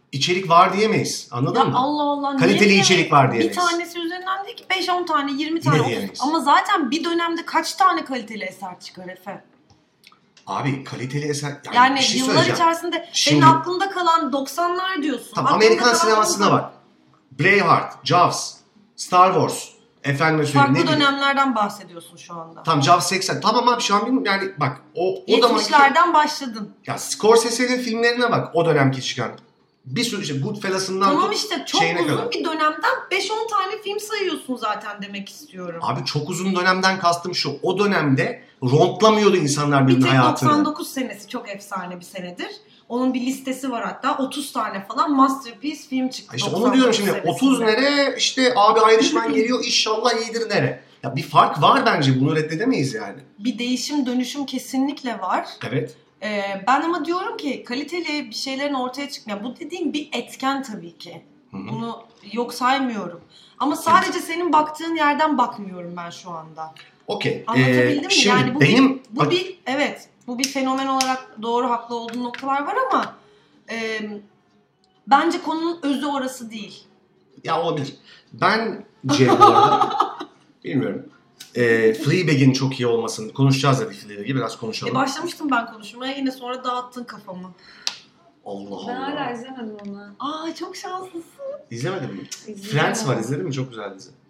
içerik var diyemeyiz. Anladın Ya mı? Allah Allah. Kaliteli niye içerik var diyemeyiz. Bir tanesi üzerinden değil ki beş on tane, yirmi tane. diyemeyiz. Ama zaten bir dönemde kaç tane kaliteli eser çıkar Efe? Abi kaliteli eser... Yani, Yani bir şey yıllar söyleyeceğim. içerisinde Şimdi- senin aklında kalan doksanlar diyorsun. Tamam, Aklında Amerikan kalan sinemasına doksan- bak. Braveheart, Jaws, Star Wars, efendime söyleyeyim. Farklı ne bileyim. dönemlerden bahsediyorsun şu anda. Tamam, Jaws seksen. Tamam abi, şu an bilmiyorum yani bak o, o zamanki... yetmişlerden başladın. Ya Scorsese'nin filmlerine bak, o dönemki çıkan. Bir sürü işte Goodfellas'ından Tamam tut, işte çok şeyine uzun kadar. bir dönemden beş on tane film sayıyorsun zaten demek istiyorum. Abi çok uzun dönemden kastım şu. O dönemde rontlamıyordu insanlar bir birbirinin tek hayatını. doksan dokuz senesi çok efsane bir senedir. Onun bir listesi var hatta. otuz tane falan masterpiece film çıktı. İşte doksan onu diyorum dokuz şimdi. senesinde. otuz nere, işte abi Irishman geliyor, inşallah iyidir nere. Ya bir fark var bence, bunu reddedemeyiz yani. Bir değişim dönüşüm kesinlikle var. Evet. Ee, ben ama diyorum ki kaliteli bir şeylerin ortaya çıkmıyor. Bu dediğim bir etken tabii ki. Hı hı. Bunu yok saymıyorum. Ama sadece senin baktığın yerden bakmıyorum ben şu anda. Okey. Anlatabildim Ee, mi? şimdi Yani bu benim... bir, bu bir evet bu bir fenomen olarak doğru haklı olduğun noktalar var ama e, bence konunun özü orası değil. Ya olabilir. Bence bu arada bilmiyorum. E, Fleabag'in çok iyi olmasını konuşacağız dedi Fleabag'i, biraz konuşalım. E, başlamıştım ben konuşmaya yine sonra dağıttın kafamı. Allah Ben Allah. hala izlemedim onu. Aa çok şanslısın. İzlemedin mi? İzlemedim. Friends var, izledin mi? Çok güzel dizi.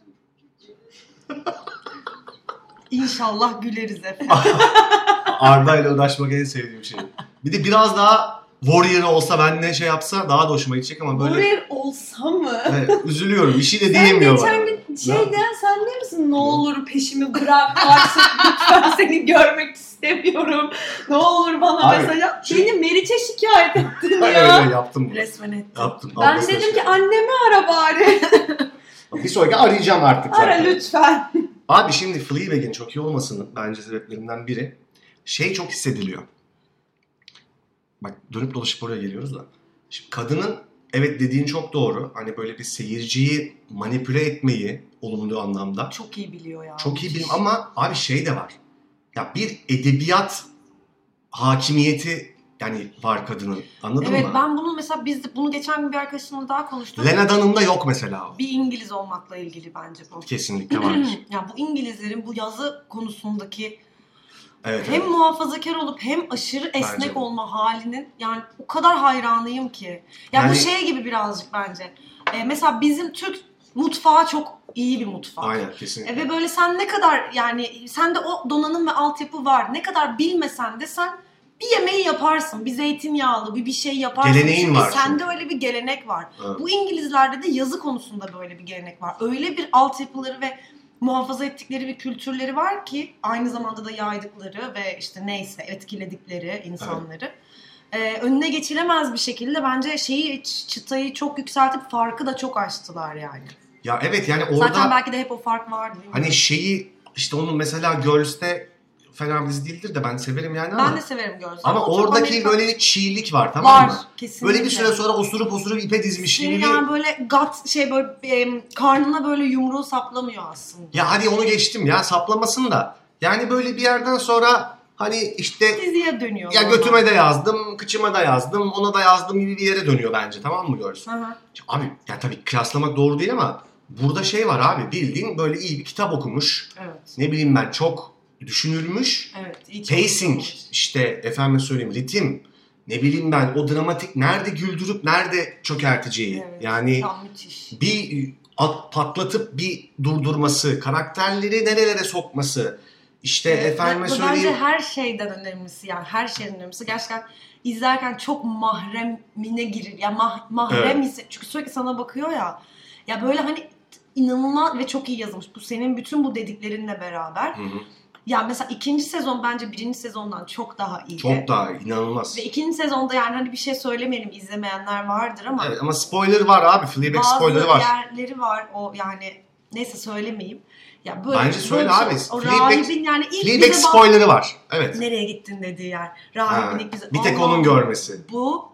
İnşallah güleriz efendim. Arda ile uğraşmak en sevdiğim şey. Bir de biraz daha Warrior olsa, ben ne şey yapsa daha da hoşuma gidecek ama böyle Buraya olsa mı? evet, üzülüyorum. Bir şey de Sen diyemiyor geçen bana. gün şeyden sen ne misin? Ne olur peşimi bırak artık lütfen seni görmek istemiyorum. Ne olur bana Abi, mesaj at. şu- Beni Meriç'e şikayet ettin Ben ya. öyle yaptım bunu. Resmen ettim. Yaptım. Ben Ablasına dedim şey. ki annemi ara bari. Bir sonraki arayacağım artık Ara zaten. lütfen. Abi şimdi Fleabag'in çok iyi olmasının bence sebeplerinden biri şey çok hissediliyor. Bak dönüp dolaşıp oraya geliyoruz da. Şimdi kadının evet dediğin çok doğru. Hani böyle bir seyirciyi manipüle etmeyi olumlu anlamda. Çok iyi biliyor ya. Çok iyi bilim ama abi şey de var. Ya bir edebiyat hakimiyeti yani var kadının. Anladın Evet mı? ben bunu mesela biz de bunu geçen gün bir arkadaşımla daha konuştuk. Lena Dunham'da yok mesela o. Bir İngiliz olmakla ilgili bence bu. Kesinlikle vardır. Ya bu İngilizlerin bu yazı konusundaki Evet. hem evet. muhafazakar olup hem aşırı Bence esnek de. olma halinin yani o kadar hayranıyım ki. Ya Yani- bu şey gibi birazcık bence. Ee, mesela bizim Türk mutfağı çok iyi bir mutfak. Aynen E, kesinlikle. ve böyle sen ne kadar yani sende o donanım ve altyapı var. Ne kadar bilmesen de sen bir yemeği yaparsın. Bir zeytinyağlı bir bir şey yaparsın. Geleneğin Çünkü var sende çünkü. öyle bir gelenek var. Evet. Bu İngilizlerde de yazı konusunda böyle bir gelenek var. Öyle bir altyapıları ve muhafaza ettikleri bir kültürleri var ki aynı zamanda da yaydıkları ve işte neyse etkiledikleri insanları. Ee, önüne geçilemez bir şekilde bence şeyi ç- çıtayı çok yükseltip farkı da çok aştılar yani. Ya evet yani orada Zaten belki de hep o fark vardı. değil mi? hani şeyi işte onun mesela Girls'te fena bir dizi değildir de ben severim yani ama Ben de severim Girls. ama O çok oradaki Amerikan- böyle bir çiğlik var, tamam var mı? kesinlikle. Böyle bir süre sonra osurup osurup ipe dizmiş gibi Şey bir... yani böyle gut şey böyle em, karnına böyle yumruğu saplamıyor aslında. Ya hadi onu geçtim ya, saplamasın da. Yani böyle bir yerden sonra hani işte Diziye dönüyor. ya normal. götüme de yazdım, kıçıma da yazdım, ona da yazdım gibi bir yere dönüyor bence, tamam mı Girls? Hı hı. Abi ya tabii kıyaslamak doğru değil ama burada şey var abi, bildiğin böyle iyi bir kitap okumuş. Evet. Ne bileyim ben, çok düşünülmüş. Evet. iyi Pacing, çalışılmış. işte efendim söyleyeyim ritim, ne bileyim ben o dramatik, nerede güldürüp nerede çökerteceği. Evet. Yani Tam müthiş. bir at, patlatıp bir durdurması, karakterleri nerelere sokması, işte Evet, efendime bu söyleyeyim. Bence her şeyden önemlisi yani her şeyden önemlisi. Gerçekten izlerken çok mahremine girir. Ya mah, mahrem Evet. hisset. Çünkü sürekli sana bakıyor ya. Ya böyle hani inanılmaz ve çok iyi yazılmış. Bu senin bütün bu dediklerinle beraber. Hı hı. Ya mesela ikinci sezon bence birinci sezondan çok daha iyi. Çok daha inanılmaz. Ve ikinci sezonda yani hani bir şey söylemeyelim izlemeyenler vardır ama Evet ama spoiler var abi. Fleabag bazı spoilerı var. yerleri var o yani neyse söylemeyeyim. Ya böyle, Bence söyle böyle abi. şey- O Fleabag- rahibin yani ilk Fleabag bize bak- spoilerı var. Evet. nereye gittin dediği yer. Ha, Rahibin ilk bize. bir tek Allah, onun görmesi. Bu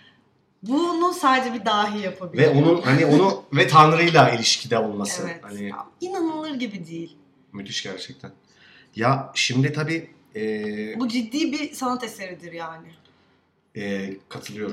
bunu sadece bir dahi yapabilir. Ve onun hani onu ve Tanrı'yla ilişkide olması. evet. Hani Ya, inanılır gibi değil. müthiş gerçekten. Ya şimdi tabii e, Bu ciddi bir sanat eseridir yani. e, katılıyorum.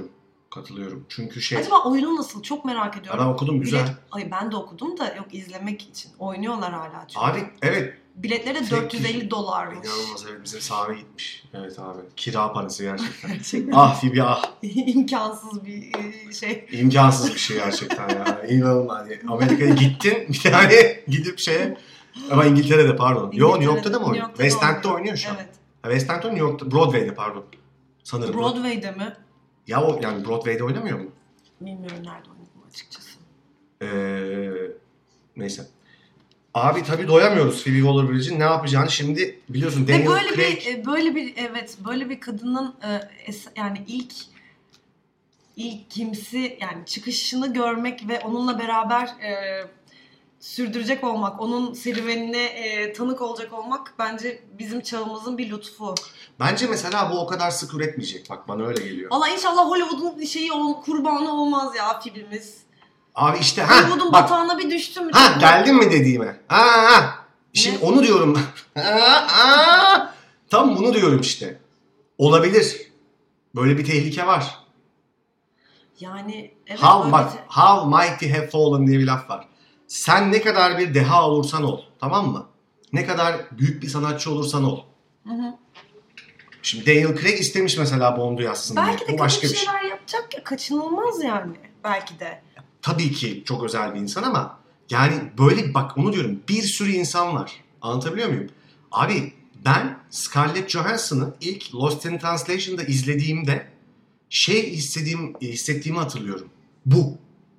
Katılıyorum. Çünkü şey... Acaba oyunu nasıl? Çok merak ediyorum. Ben okudum, güzel. Bilet... Ay ben de okudum da yok izlemek için. Oynuyorlar hala çünkü. Abi evet. Biletleri de Tek dört yüz elli kişi. dolarmış. İnanılmaz, evet, bizim sahibi gitmiş. Evet abi. Kira parası gerçekten. gerçekten. Ah Phoebe ah. İmkansız bir şey. İmkansız bir şey gerçekten ya. İnanılmaz. Yani Amerika'ya gittin bir tane gidip şeye... Ama İngiltere'de pardon. Yo New York'ta da mı oynuyor? West End'de oynuyor şu an. Evet. West End'de New York'ta. Broadway'de pardon. Sanırım. Broadway'de mi? Ya o yani Broadway'de oynamıyor mu? Bilmiyorum nerede oynadım açıkçası. Ee, neyse. Abi tabii doyamıyoruz Phoebe Waller-Bridge'in ne yapacağını. Şimdi biliyorsun Daniel Ve böyle Craig... bir böyle bir evet böyle bir kadının e, yani ilk ilk kimsi yani çıkışını görmek ve onunla beraber e, sürdürecek olmak, onun serüvenine e, tanık olacak olmak bence bizim çağımızın bir lütfu. Bence mesela bu o kadar sık üretmeyecek. Bak bana öyle geliyor. Valla inşallah Hollywood'un şeyi ol, kurbanı olmaz ya filmimiz. Abi işte ha Hollywood'un bak. batağına bir düştü mü? Ha geldin mi dediğime? Ha ha. Şimdi Ne? onu diyorum. Ha, ha. Tam bunu diyorum işte. Olabilir. Böyle bir tehlike var. Yani evet How, böyle bak, te- how mighty have fallen diye bir laf var. Sen ne kadar bir deha olursan ol. Tamam mı? Ne kadar büyük bir sanatçı olursan ol. Hı hı. Şimdi Daniel Craig istemiş mesela Bond'u yazsın Belki diye. de Bu kötü başka bir bir şey. şeyler yapacak ya kaçınılmaz yani belki de. Tabii ki çok özel bir insan ama yani böyle bak onu diyorum bir sürü insan var. Anlatabiliyor muyum? Abi ben Scarlett Johansson'ı ilk Lost in Translation'da izlediğimde şey hissettiğim, hissettiğimi hatırlıyorum. Bu.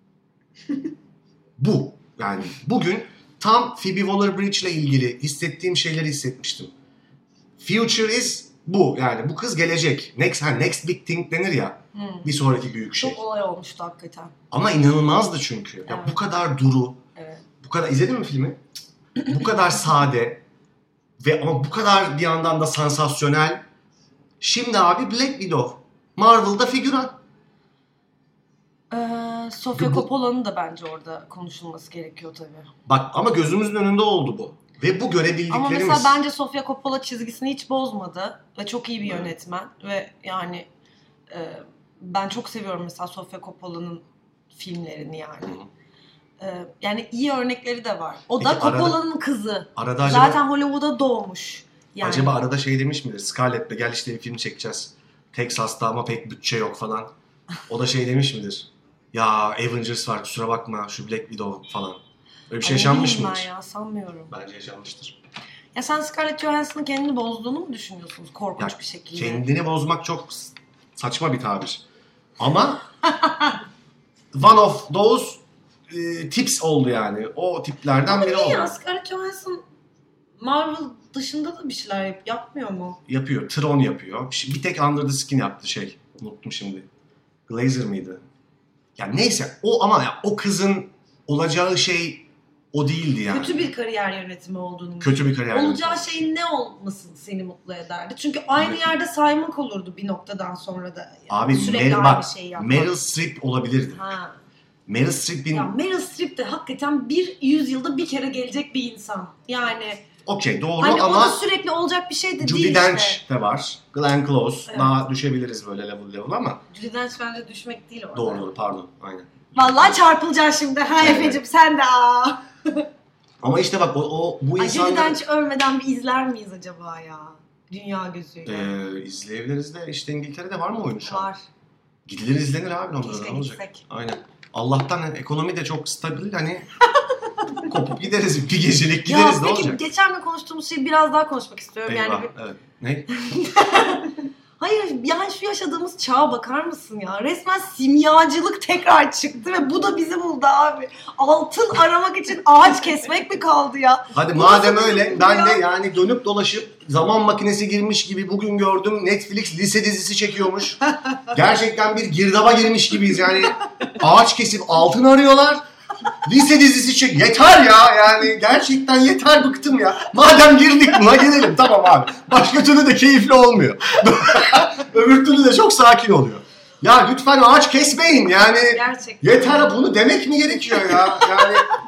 Bu. Yani bugün tam Phoebe Waller-Bridge ile ilgili hissettiğim şeyleri hissetmiştim. Future is bu. Yani bu kız gelecek. Next, ha, next big thing denir ya. Hmm. Bir sonraki büyük şey. Çok olay olmuştu hakikaten. Ama inanılmazdı çünkü. Ya Evet. bu kadar duru, Evet. bu kadar izledin mi filmi? Bu kadar sade ve ama bu kadar bir yandan da sansasyonel. Şimdi abi Black Widow. Marvel'da figüran. Ee, Sofia Bu- Coppola'nın da bence orada konuşulması gerekiyor tabii. Bak ama gözümüzün önünde oldu bu. Ve bu Ama görebildiklerimiz. mesela bence Sofia Coppola çizgisini hiç bozmadı ve çok iyi bir yönetmen ve yani e, ben çok seviyorum mesela Sofia Coppola'nın filmlerini yani. E, yani iyi örnekleri de var. O da Peki arada- Coppola'nın kızı. Arada acaba, Zaten Hollywood'a doğmuş. Yani. acaba arada şey demiş midir? Scarlett'le gel işte bir film çekeceğiz. Texas'ta ama pek bütçe yok falan. O da şey demiş midir? Ya Avengers var kusura bakma şu Black Widow falan. Öyle bir şey Ay, yaşanmış bileyim mıdır? ben ya sanmıyorum. Bence yaşanmıştır. Ya sen Scarlett Johansson'ın kendini bozduğunu mu düşünüyorsunuz korkunç Ya, bir şekilde? Kendini bozmak çok saçma bir tabir. Ama one of those e, tips oldu yani. O tiplerden Ama biri niye oldu. ya Scarlett Johansson Marvel dışında da bir şeyler yap- yapmıyor mu? Yapıyor. Tron yapıyor. Bir tek Under the Skin yaptı şey. Unuttum şimdi. Glazer mıydı? Ya neyse o ama ya, o kızın olacağı şey o değildi yani. Kötü bir kariyer yönetimi olduğunu. Kötü bir kariyer. Olacağı yönetimi. şeyin ne olmasın seni mutlu ederdi? Çünkü aynı Evet. yerde saymak olurdu bir noktadan sonra da. Yani Abi sürekli Meryl, aynı bak, şeyi yapmak. Meryl Streep olabilirdi. Ha. Meryl Streep'in Ya Meryl Streep de hakikaten bir yüzyılda bir kere gelecek bir insan. Yani okey doğru hani o ama da sürekli olacak bir şey de Judi değil Dench işte. de var. Glenn Close. Evet. Daha düşebiliriz böyle level level ama. Judi Dench bence düşmek değil orada. Doğru doğru pardon. Aynen. Vallahi çarpılacaksın şimdi. Ha Evet. Efe'cim sen de aa. Ama işte bak o, o bu Ay Judi insanları Dench ölmeden bir izler miyiz acaba ya? Dünya gözüyle. e, izleyebiliriz de işte İngiltere'de var mı oyunu şu an? Var. Gidilir izlenir abi Londra'da Keşke ne olacak? gitsek. Aynen. Allah'tan hani ekonomi de çok stabil hani kopup gideriz bir gecelik Ya gideriz ne peki olacak? geçen gün konuştuğumuz şeyi biraz daha konuşmak istiyorum. Eyvah, Yani bir- evet. Ne? hayır yani şu yaşadığımız çağa bakar mısın ya? Resmen simyacılık tekrar çıktı ve bu da bizi buldu abi. Altın aramak için ağaç kesmek mi kaldı ya? Hadi Bu madem nasıl öyle bir ben ya? de yani dönüp dolaşıp zaman makinesi girmiş gibi bugün gördüm Netflix lise dizisi çekiyormuş. Gerçekten bir girdaba girmiş gibiyiz yani. Ağaç kesip altın arıyorlar. Lise dizisi çek. Yeter ya yani gerçekten yeter bıktım ya. Madem girdik buna girelim tamam abi. Başka türlü de keyifli olmuyor. Öbür türlü de çok sakin oluyor. Ya lütfen ağaç kesmeyin yani. Gerçekten. Yeter bunu demek mi gerekiyor ya? Yani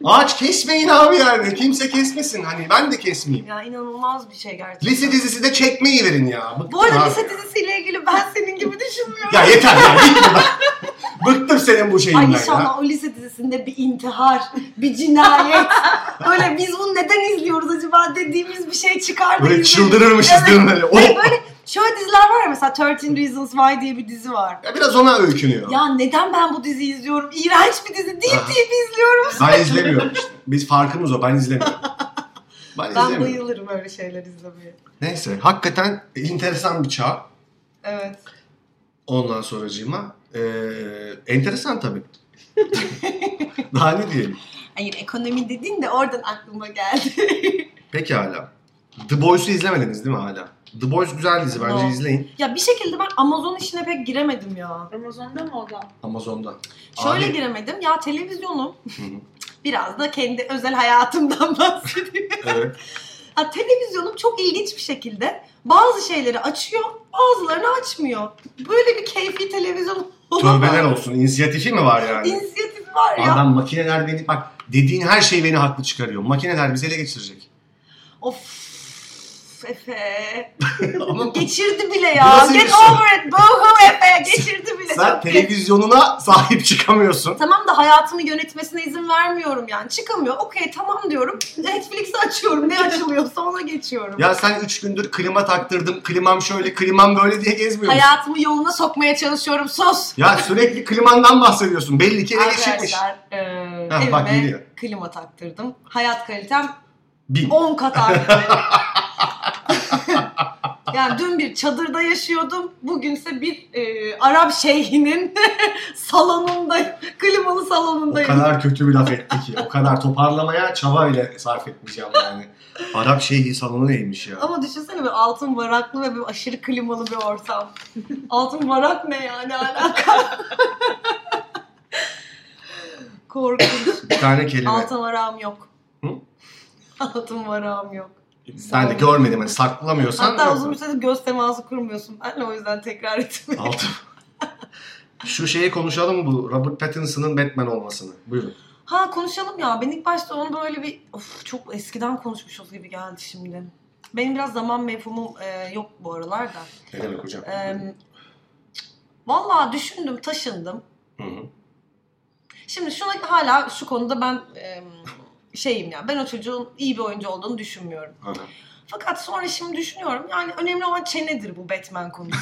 Ağaç kesmeyin abi yani. Kimse kesmesin. Hani ben de kesmeyeyim. Ya inanılmaz bir şey gerçekten. Lise dizisi de çekmeyi verin ya. Bıktım Bu arada abi lise ya. dizisiyle ilgili ben senin gibi düşünmüyorum. Ya yeter ya gitme bak. Bıktım senin bu şeyinden Ay ya. inşallah o lise dizisinde bir intihar, bir cinayet. Böyle biz bunu neden izliyoruz acaba dediğimiz bir şey çıkar da Böyle izleriz. çıldırırmışız Evet. değil mi böyle? Oh. Hani böyle şöyle diziler var ya, mesela thirteen Reasons Why diye bir dizi var. Ya biraz ona öykünüyor. Ya neden ben bu diziyi izliyorum? İğrenç bir dizi değil Aha. diye bir izliyorum. Ben izlemiyorum işte. Biz farkımız o. Ben izlemiyorum. Ben, Ben izlemiyorum. bayılırım öyle şeyler izlemeye. Neyse. Hakikaten enteresan bir çağ. Evet. Ondan sonracığıma. Ee, enteresan tabii. Daha ne diyelim. Hayır, ekonomi dediğin de oradan aklıma geldi. Pekala. The Boys'u izlemediniz değil mi hala? The Boys güzel dizi. Bence No. izleyin. Ya bir şekilde ben Amazon işine pek giremedim ya. Amazon'da mı o da? Amazon'da. Şöyle Abi- giremedim. Ya televizyonum Hı hı. biraz da kendi özel hayatımdan bahsedeyim. Evet. Ya, televizyonum çok ilginç bir şekilde bazı şeyleri açıyor, bazılarını açmıyor. Böyle bir keyfi televizyon olamaz. Tövbeler olsun. İnisiyatifi mi var yani? İnisiyatif var ya. Adam makineler beni... Bak dediğin her şey beni haklı çıkarıyor. Makineler bizi ele geçirecek. Of Efe. Ama Geçirdi bile Bu ya. nasıl Get bir şey? over it. Boo Efe. Geçirdi bile. sen Çok geç. televizyonuna sahip çıkamıyorsun. Tamam da hayatımı yönetmesine izin vermiyorum yani. Çıkamıyor. Okey tamam diyorum. Netflix'i açıyorum. Ne açılıyorsa ona geçiyorum. Ya sen üç gündür klima taktırdım, klimam şöyle, klimam böyle diye gezmiyor musun? Hayatımı yoluna sokmaya çalışıyorum. Sus. Ya sürekli klimandan bahsediyorsun. Belli ki ele geçirmiş. Arkadaşlar e, Ha, bak evime geliyor. klima taktırdım. Hayat kalitem Bin. on kat arttı. Yani dün bir çadırda yaşıyordum. Bugünse bir e, Arap şeyhinin salonundayım. Klimalı O salonundayım. kadar kötü bir laf etti ki. O kadar toparlamaya çaba bile sarf etmeyeceğim yani. Arap şeyhi salonu neymiş ya? Ama düşünsene bir altın varaklı ve bir aşırı klimalı bir ortam. Altın varak ne yani alaka? Korkunç. Bir tane kelime. Altın varağım yok. Hı? Altın varağım yok. Ben de görmedim. Hani saklamıyorsan. Hatta yok. uzun bir süredir göz teması kurmuyorsun. Ben de o yüzden tekrar etmiyorum. Altın. Şu şeyi konuşalım bu Robert Pattinson'ın Batman olmasını. Buyurun. Ha konuşalım ya. Ben ilk başta onu böyle bir... Of çok eskiden konuşmuşuz gibi geldi şimdi. Benim biraz zaman mefhumum e, yok bu aralar da. Ne demek hocam? E, Vallahi düşündüm, taşındım. Hı hı. Şimdi şuna hala şu konuda ben e, şeyim ya. Ben o çocuğun iyi bir oyuncu olduğunu düşünmüyorum. Hı hı. Fakat sonra şimdi düşünüyorum. Yani önemli olan çenedir bu Batman konusu.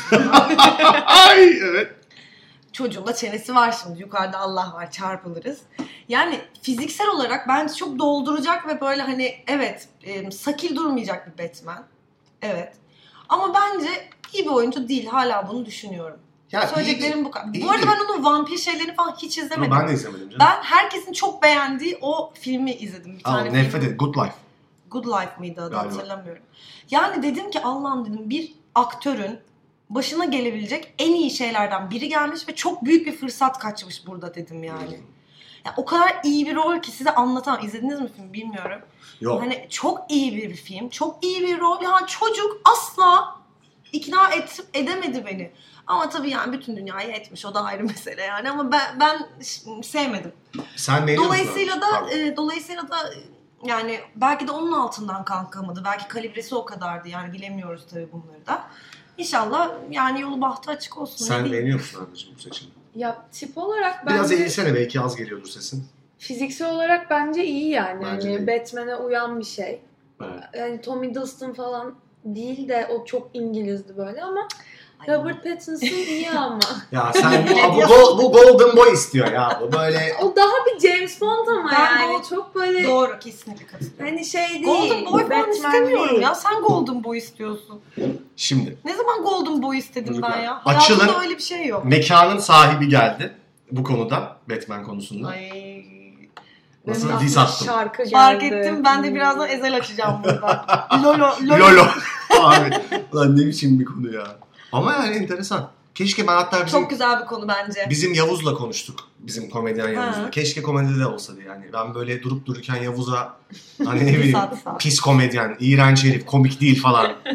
Ay evet. Çocuğun da çenesi var şimdi. Yukarıda Allah var, çarpılırız. Yani fiziksel olarak bence çok dolduracak ve böyle hani evet e, sakil durmayacak bir Batman. Evet. Ama bence iyi bir oyuncu değil. Hala bunu düşünüyorum. Ya Söyleyeceklerim bu kadar. iyi Bu arada değil. ben onun vampir şeylerini falan hiç izlemedim. Ben de izlemedim canım. Ben herkesin çok beğendiği o filmi izledim. Bir Aa, tane nefret film. et. Good Life. Good Life mıydı adı Galiba. hatırlamıyorum. Yani dedim ki Allah'ım dedim bir aktörün başına gelebilecek en iyi şeylerden biri gelmiş ve çok büyük bir fırsat kaçmış burada dedim yani. Ya o kadar iyi bir rol ki size anlatamam. İzlediniz mi filmi bilmiyorum. Yok. Hani çok iyi bir film, çok iyi bir rol. Ya çocuk asla ikna et, edemedi beni. Ama tabii yani bütün dünyayı etmiş. O da ayrı mesele yani. Ama ben ben sevmedim. Sen beğeniyor musun Dolayısıyla abi? da Pardon. e, dolayısıyla da yani belki de onun altından kalkamadı. Belki kalibresi o kadardı. Yani bilemiyoruz tabii bunları da. İnşallah yani yolu bahtı açık olsun. Sen Ne diyeyim? beğeniyor musun anneciğim bu seçimi? Ya tip olarak Biraz bence eğilsene belki az geliyordur sesin. fiziksel olarak bence iyi yani. Bence Hani de iyi. Batman'e uyan bir şey. Evet. Yani Tom Hiddleston falan değil de o çok İngilizdi böyle ama Ay. Robert Pattinson iyi ama. Ya sen bu, bu, gol- bu Golden Boy istiyor ya. Bu böyle O daha bir James Bond ama Ben yani o- çok böyle Doğru, kesinlikle katılıyorum. hani şey değil. Golden Boy falan Batman istemiyorum değil. ya. Sen Golden Boy istiyorsun. şimdi Ne zaman Golden Boy istedim Çocuklar, ben ya? açılın. Hayatımda öyle bir şey yok. mekanın sahibi geldi bu konuda. Batman konusunda. Ay. Nasıl Benim diss aklıma attım. şarkı Fark geldi. ettim. Ben de birazdan Ezel açacağım burada. Lolo. Lolo. Lolo. Abi lan ne biçim bir konu ya. Ama yani enteresan. Keşke ben hatta bizim Çok güzel bir konu bence. bizim Yavuz'la konuştuk. Bizim komedyen Yavuz'la. Ha. Keşke komedide de olsaydı yani. Ben böyle durup dururken Yavuz'a hani ne bileyim Sat, sat. pis komedyen, iğrenç herif, komik değil falan.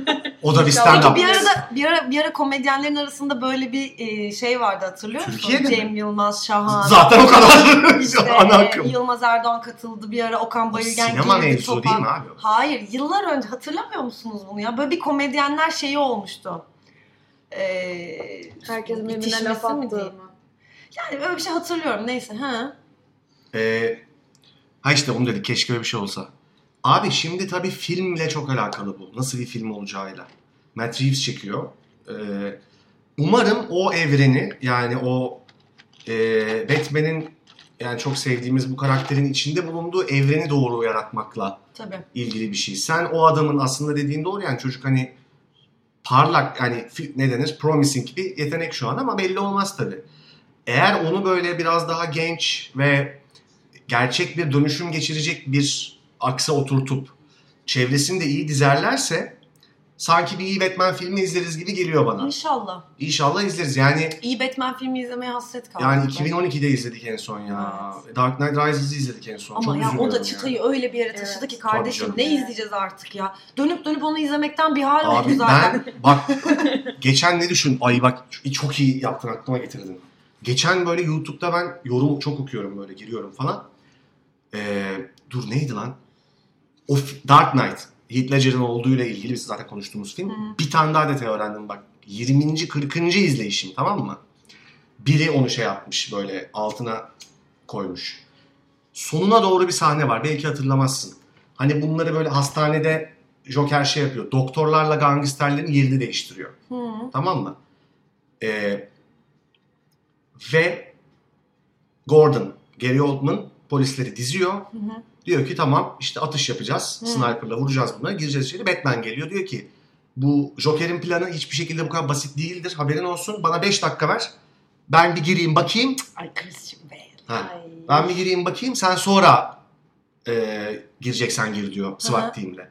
O da bir İnşallah. stand-up. Bir arada bir ara bir ara komedyenlerin arasında böyle bir e, şey vardı, hatırlıyor musun? Türkiye'de mi? Cem Yılmaz, Şahan. Zaten o kadar İşte, ana e, akım. Yılmaz Erdoğan katıldı bir ara, Okan O Bayülgen sinema girdi, mevzu değil mi abi? Hayır, yıllar önce, hatırlamıyor musunuz bunu ya? Böyle bir komedyenler şeyi olmuştu. Ee, Herkes birbirine itişmesi laf mi attı diyeyim? mı? Yani böyle bir şey hatırlıyorum, neyse. Ha. Ee, ha işte onu dedik, keşke öyle bir şey olsa. Abi şimdi tabii filmle çok alakalı bu. Nasıl bir film olacağıyla. Matt Reeves çekiyor. Ee, umarım o evreni, yani o e, Batman'in, yani çok sevdiğimiz bu karakterin içinde bulunduğu evreni doğru yaratmakla Tabii. ilgili bir şey. Sen o adamın aslında dediğin doğru, yani çocuk hani parlak, hani ne denir, promising bir yetenek şu an ama belli olmaz tabii. Eğer onu böyle biraz daha genç ve gerçek bir dönüşüm geçirecek bir aksa oturtup çevresini de iyi dizerlerse sanki bir iyi Batman filmi izleriz gibi geliyor bana. İnşallah. İnşallah izleriz. Yani İyi Batman filmi izlemeye hasret kaldım. yani iki bin on ikide izledik en son ya. Evet. Dark Knight Rises'ı izledik en son. Ama Çok ya o üzülüyorum da çıtayı yani. öyle bir yere taşıdı Evet. ki Tabii kardeşim, canım. ne izleyeceğiz artık ya? Dönüp dönüp onu izlemekten bir hal oldu Abi zaten. ben bak geçen ne düşün? Ay bak çok iyi yaptın, aklıma getirdin. Geçen böyle YouTube'da ben yorum çok okuyorum, böyle giriyorum falan. Ee, dur neydi lan? O f- Dark Knight. Heath Ledger'ın olduğuyla ilgili biz zaten konuştuğumuz film. Hı. Bir tane daha detay öğrendim bak. yirminci kırkıncı izleyişim, tamam mı? Biri onu şey yapmış, böyle altına koymuş. Sonuna doğru bir sahne var. Belki hatırlamazsın. Hani bunları böyle hastanede Joker şey yapıyor. Doktorlarla gangsterlerin yerini değiştiriyor. Hı. Tamam mı? Ee, ve Gordon, Gary Oldman polisleri diziyor. Hı hı. Diyor ki tamam işte atış yapacağız. Hı. Sniper'la vuracağız bunları. Gireceğiz içeri. Batman geliyor. Diyor ki bu Joker'in planı hiçbir şekilde bu kadar basit değildir. Haberin olsun. Bana beş dakika ver. Ben bir gireyim bakayım. Ay Christian Bale. Ha. Ay. Ben bir gireyim bakayım. Sen sonra e, gireceksen gir diyor Hı SWAT team'le.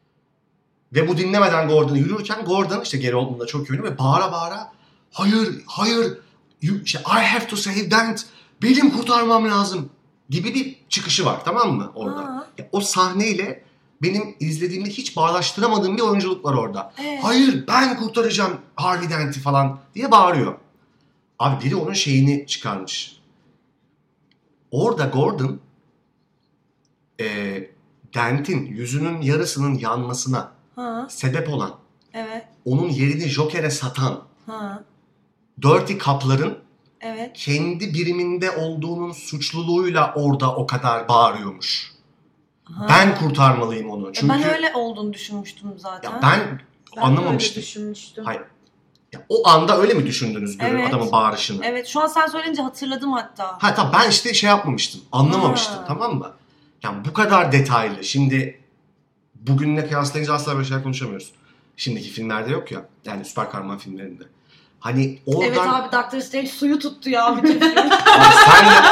Ve bu dinlemeden Gordon yürürken Gordon işte Gary Oldman'da çok yönlü ve bağıra bağıra hayır hayır you, işte, I have to save Dent. Benim kurtarmam lazım gibi bir çıkışı var, tamam mı orada? Ha. Ya, o sahneyle benim izlediğimde hiç bağdaştıramadığım bir oyunculuk var orada. Evet. Hayır ben kurtaracağım Harvey Dent'i falan diye bağırıyor. Abi biri onun şeyini çıkarmış. Orada Gordon e, Dent'in yüzünün yarısının yanmasına Ha. sebep olan, Evet. onun yerini Joker'e satan Ha. Dirty Cop'ların Evet. kendi biriminde olduğunun suçluluğuyla orada o kadar bağırıyormuş. Ha. Ben kurtarmalıyım onu. Çünkü Ben öyle olduğunu düşünmüştüm zaten. ya ben, Ben anlamamıştım. öyle düşünmüştüm. Hayır. Ya o anda öyle mi düşündünüz görün Evet. adamın bağırışını? Evet, şu an sen söyleyince hatırladım hatta. Ha tamam, ben işte şey yapmamıştım. Anlamamıştım, Ha. tamam mı? Yani bu kadar detaylı. Şimdi bugünle kıyaslayınca asla böyle şeyler konuşamıyoruz. Şimdiki filmlerde yok ya. Yani süper kahraman filmlerinde. Hani oradan... Evet abi, Doctor Strange suyu tuttu ya bütün film. Abi sen de...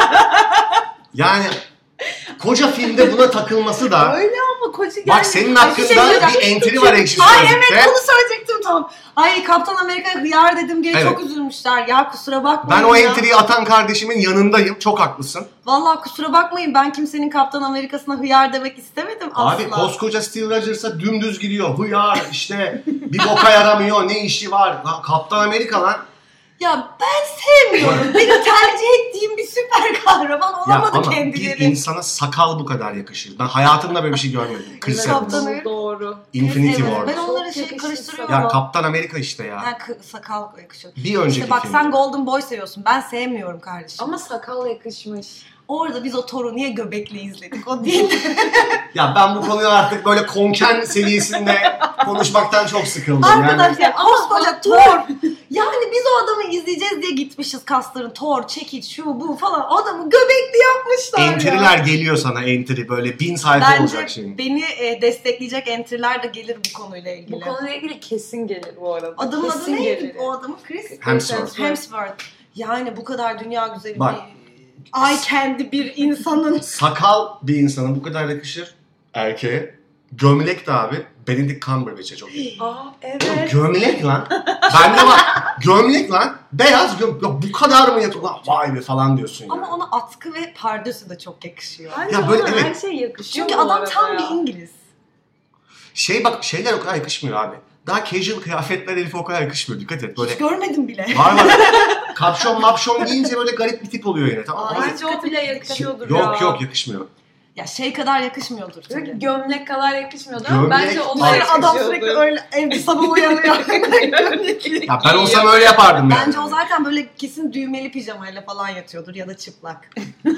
Yani koca filmde buna takılması da... Öyle ama koca geldi. Bak senin Ay, bir şey hakkında söyleyeceğim. bir entry var Ekşi Ay Sözlük'te. evet, onu söyleyecektim tam. Ay Kaptan Amerika'ya hıyar dedim diye Evet. çok üzülmüşler. Ya kusura bakmayın Ben o ya. entry'yi atan kardeşimin yanındayım. Çok haklısın. Vallahi kusura bakmayın, ben kimsenin Kaptan Amerika'sına hıyar demek istemedim asla. Abi koskoca Steve Rogers'a dümdüz gidiyor. Hıyar işte bir boka yaramıyor. Ne işi var? Lan Kaptan Amerika lan. Ya ben sevmiyorum. Benim tercih ettiğim bir süper kahraman Ya olamadı ama kendileri. bir insana sakal bu kadar yakışır. Ben hayatımda böyle bir şey görmedim. Chris Evet, Evans. Kaptan bu Amerika- doğru. Infinity Evet, War. ben onları Çok şey yakışır karıştırıyorum. Ya Kaptan Amerika işte ya. Ha, kı- sakal yakışıyor. Bir önceki İşte bak film. sen Golden Boy seviyorsun. Ben sevmiyorum kardeşim. Ama sakal yakışmış. Orada biz o Thor'u niye göbekli izledik? O değil. Ya ben bu konuyu artık böyle konken seviyesinde konuşmaktan çok sıkıldım. Yani Arkadaşlar koskoca Thor. Yani biz o adamı izleyeceğiz diye gitmişiz kasların. Thor, çekiç, şu bu falan. Adamı göbekli yapmışlar ya. entry'ler geliyor sana, entry böyle bin sayfa Bence olacak şimdi. beni e, destekleyecek entry'ler de gelir bu konuyla ilgili. Bu konuyla ilgili kesin gelir bu arada. Adamın kesin adı neydi gelir. o adamın? Chris Hemsworth. Hemsworth. Yani bu kadar dünya güzeli Bak. bir ay kendi bir insanın. Sakal bir insana bu kadar yakışır erkeğe. Gömlek de abi Benedict Cumberbatch'e çok yakışır. Aa Oğlum evet. gömlek lan. Bende var. Gömlek lan. Beyaz gömlek. Ya bu kadar mı yatıyor? Lan vay be falan diyorsun ya. Ama ona atkı ve pardösü de çok yakışıyor. Bence Ya böyle ona evet. her şey yakışıyor Çünkü bu adam arada tam ya. bir İngiliz. Şey bak şeyler o kadar yakışmıyor abi. daha casual kıyafetler Elif'e o kadar yakışmıyor. Dikkat et böyle. Hiç görmedim bile. Var var. Kapşon mapşon giyince böyle garip bir tip oluyor yine. Tamam. Aa, Ama- Bence o bile yakışıyordur Yok ya. yok yakışmıyor. Ya şey kadar yakışmıyordur Böyle tabii. gömlek kadar yakışmıyordu ama Gömlek- bence ona Ay, yakışıyordu. Adam sürekli öyle evde sabah uyanıyor. Ya ben olsam öyle yapardım yani. Bence o zaten böyle kesin düğmeli pijamayla falan yatıyordur ya da çıplak.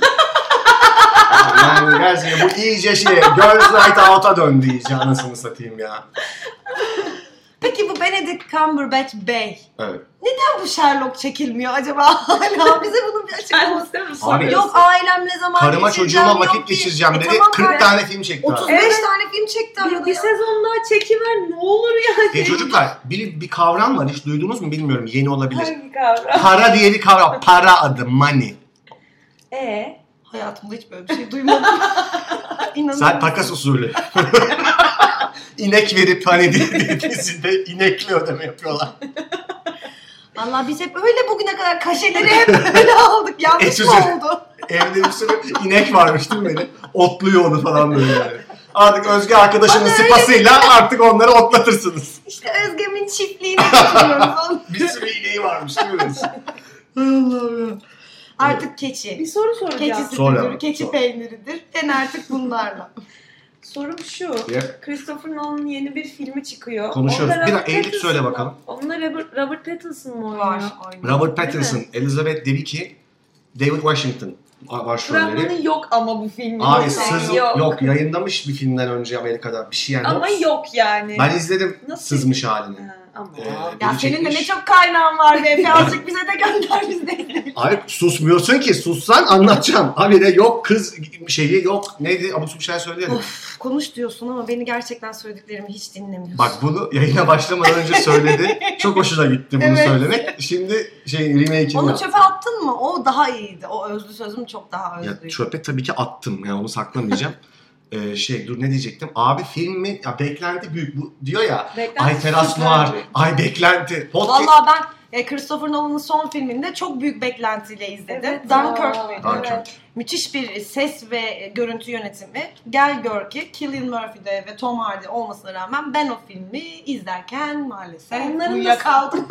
Yani gerçekten bu iyice şey Girls Night Out'a döndü iyice anasını satayım ya. Peki bu Benedict Cumberbatch Bey. Evet. Neden bu Sherlock çekilmiyor acaba hala? Bize bunun bir açıklaması. Kendisi mi Abi, soruyorsun? Yok ailemle zaman Karıma geçireceğim, çocuğuma vakit yok ki- geçireceğim E dedi. tamam, kırk ben- tane film çekti otuz abi. beş Evet. tane film çekti Bir, arada bir ya. sezon daha çekiver ne olur yani. E çocuklar bir, bir kavram var hiç duydunuz mu bilmiyorum yeni olabilir. Hangi kavram? Para diye bir kavram. Para adı money. Ee? Hayatımda hiç böyle bir şey duymadım. İnanılmaz. Sen takas usulü. İnek verip hani diye dizide inekli ödeme yapıyorlar. Allah biz hep öyle bugüne kadar kaşeleri hep öyle aldık. Yanlış E, mı çocuğum. oldu? Evde bir sürü inek varmış değil mi benim? Otluyor onu falan böyle yani. Artık Özge arkadaşının Bana öyle- sıpasıyla artık onları otlatırsınız. İşte Özgem'in çiftliğine götürüyoruz. Bir sürü ineği varmış değil mi? Hay Allah'ım ya. Artık keçi. Bir soru soracağım. Keçi Sor sütüdür, ya, keçi sor. peyniridir. Ben artık bunlarla. Sorum şu. Yep. Christopher Nolan'ın yeni bir filmi çıkıyor. Konuşuyoruz. Onda Bir Robert dakika, eğilip Pattinson söyle mı? bakalım. Onda Robert, Robert Pattinson mı oynuyor? Var. Aynen. Robert Pattinson, Elizabeth Debicki, David Washington başrolleri. Fragmanı yok ama bu filmin. Abi Yok. sız yok. Yayınlamış bir filmden önce Amerika'da bir şey yani. Ama Ops. yok yani. Ben izledim Nasıl? sızmış halini. Ha, ama. Ee, Ya biri senin de ne çekmiş. çok kaynağın var be. Azıcık bize de gönder biz de izleyelim. Abi susmuyorsun ki sussan anlatacağım. Abi de yok kız şeyi yok. Neydi abuk bir şey söyledi ya. Of, konuş diyorsun ama beni gerçekten söylediklerimi hiç dinlemiyorsun. Bak bunu yayına başlamadan önce söyledi. Çok hoşuna gitti bunu Evet. söylemek. Şimdi şey remake'ini Onu yaptı. çöpe attın mı? O daha iyiydi. O özlü sözüm çok daha Ya özlüydü. çöpe tabii ki attım. Yani onu saklamayacağım. Ee, şey dur ne diyecektim? Abi film mi? Ya beklenti büyük. Bu diyor ya. Beklenti Ay teras süper noir. büyük. Ay beklenti. Podcast. Vallahi ben e, Christopher Nolan'ın son filminde çok büyük beklentiyle izledim. Evet Dunkirk ya. muydu? Dunkirk. Evet. Müthiş bir ses ve e, görüntü yönetimi. Gel gör ki Cillian Murphy'de ve Tom Hardy olmasına rağmen ben o filmi izlerken maalesef Onların uyuyakaldım.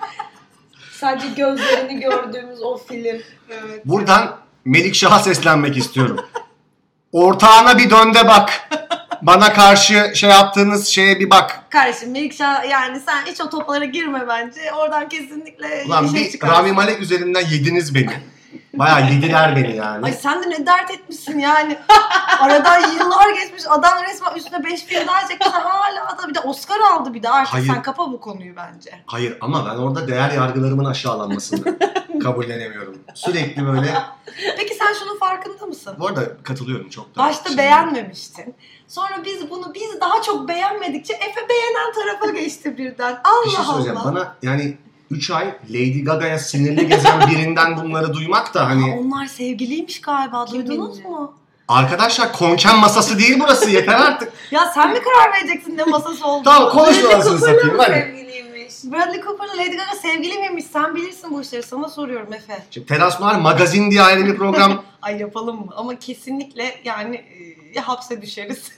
Sadece gözlerini gördüğümüz o film. Evet. Buradan Melikşah'a seslenmek istiyorum. Ortağına bir dönde bak. Bana karşı şey yaptığınız şeye bir bak. Kardeşim Melikşah yani sen hiç o toplara girme bence. Oradan kesinlikle Ulan şey bir çıkarsın. Rami Malek üzerinden yediniz beni. Bayağı yediler beni yani. Ay sen de ne dert etmişsin yani. Aradan yıllar geçmiş. Adam resmen üstüne beş film daha çekti. Sen hala da bir de Oscar aldı bir de. Artık Hayır. sen kapa bu konuyu bence. Hayır ama ben orada değer yargılarımın aşağılanmasını kabullenemiyorum. Sürekli böyle. Peki sen şunun farkında mısın? Bu arada katılıyorum çok da. Başta Şimdi- beğenmemiştin. Sonra biz bunu biz daha çok beğenmedikçe Efe beğenen tarafa geçti birden. Allah Bir şey söyleyeceğim. Allah. Bana yani üç ay Lady Gaga'ya sinirli gezen birinden bunları duymak da Ha, hani onlar sevgiliymiş galiba. Kim Duydunuz bilir? mu? arkadaşlar konken masası değil burası yeter artık. Ya sen mi karar vereceksin ne masası olduğunu? Tamam konuş Bradley anasını Cooper'la satayım mı hadi. sevgiliymiş? Bradley Cooper'la Lady Gaga sevgili miymiş? Sen bilirsin bu işleri. Sana soruyorum Efe. Şimdi Teras Noir magazin diye ayrı bir program. Ay yapalım mı? Ama kesinlikle yani e, hapse düşeriz.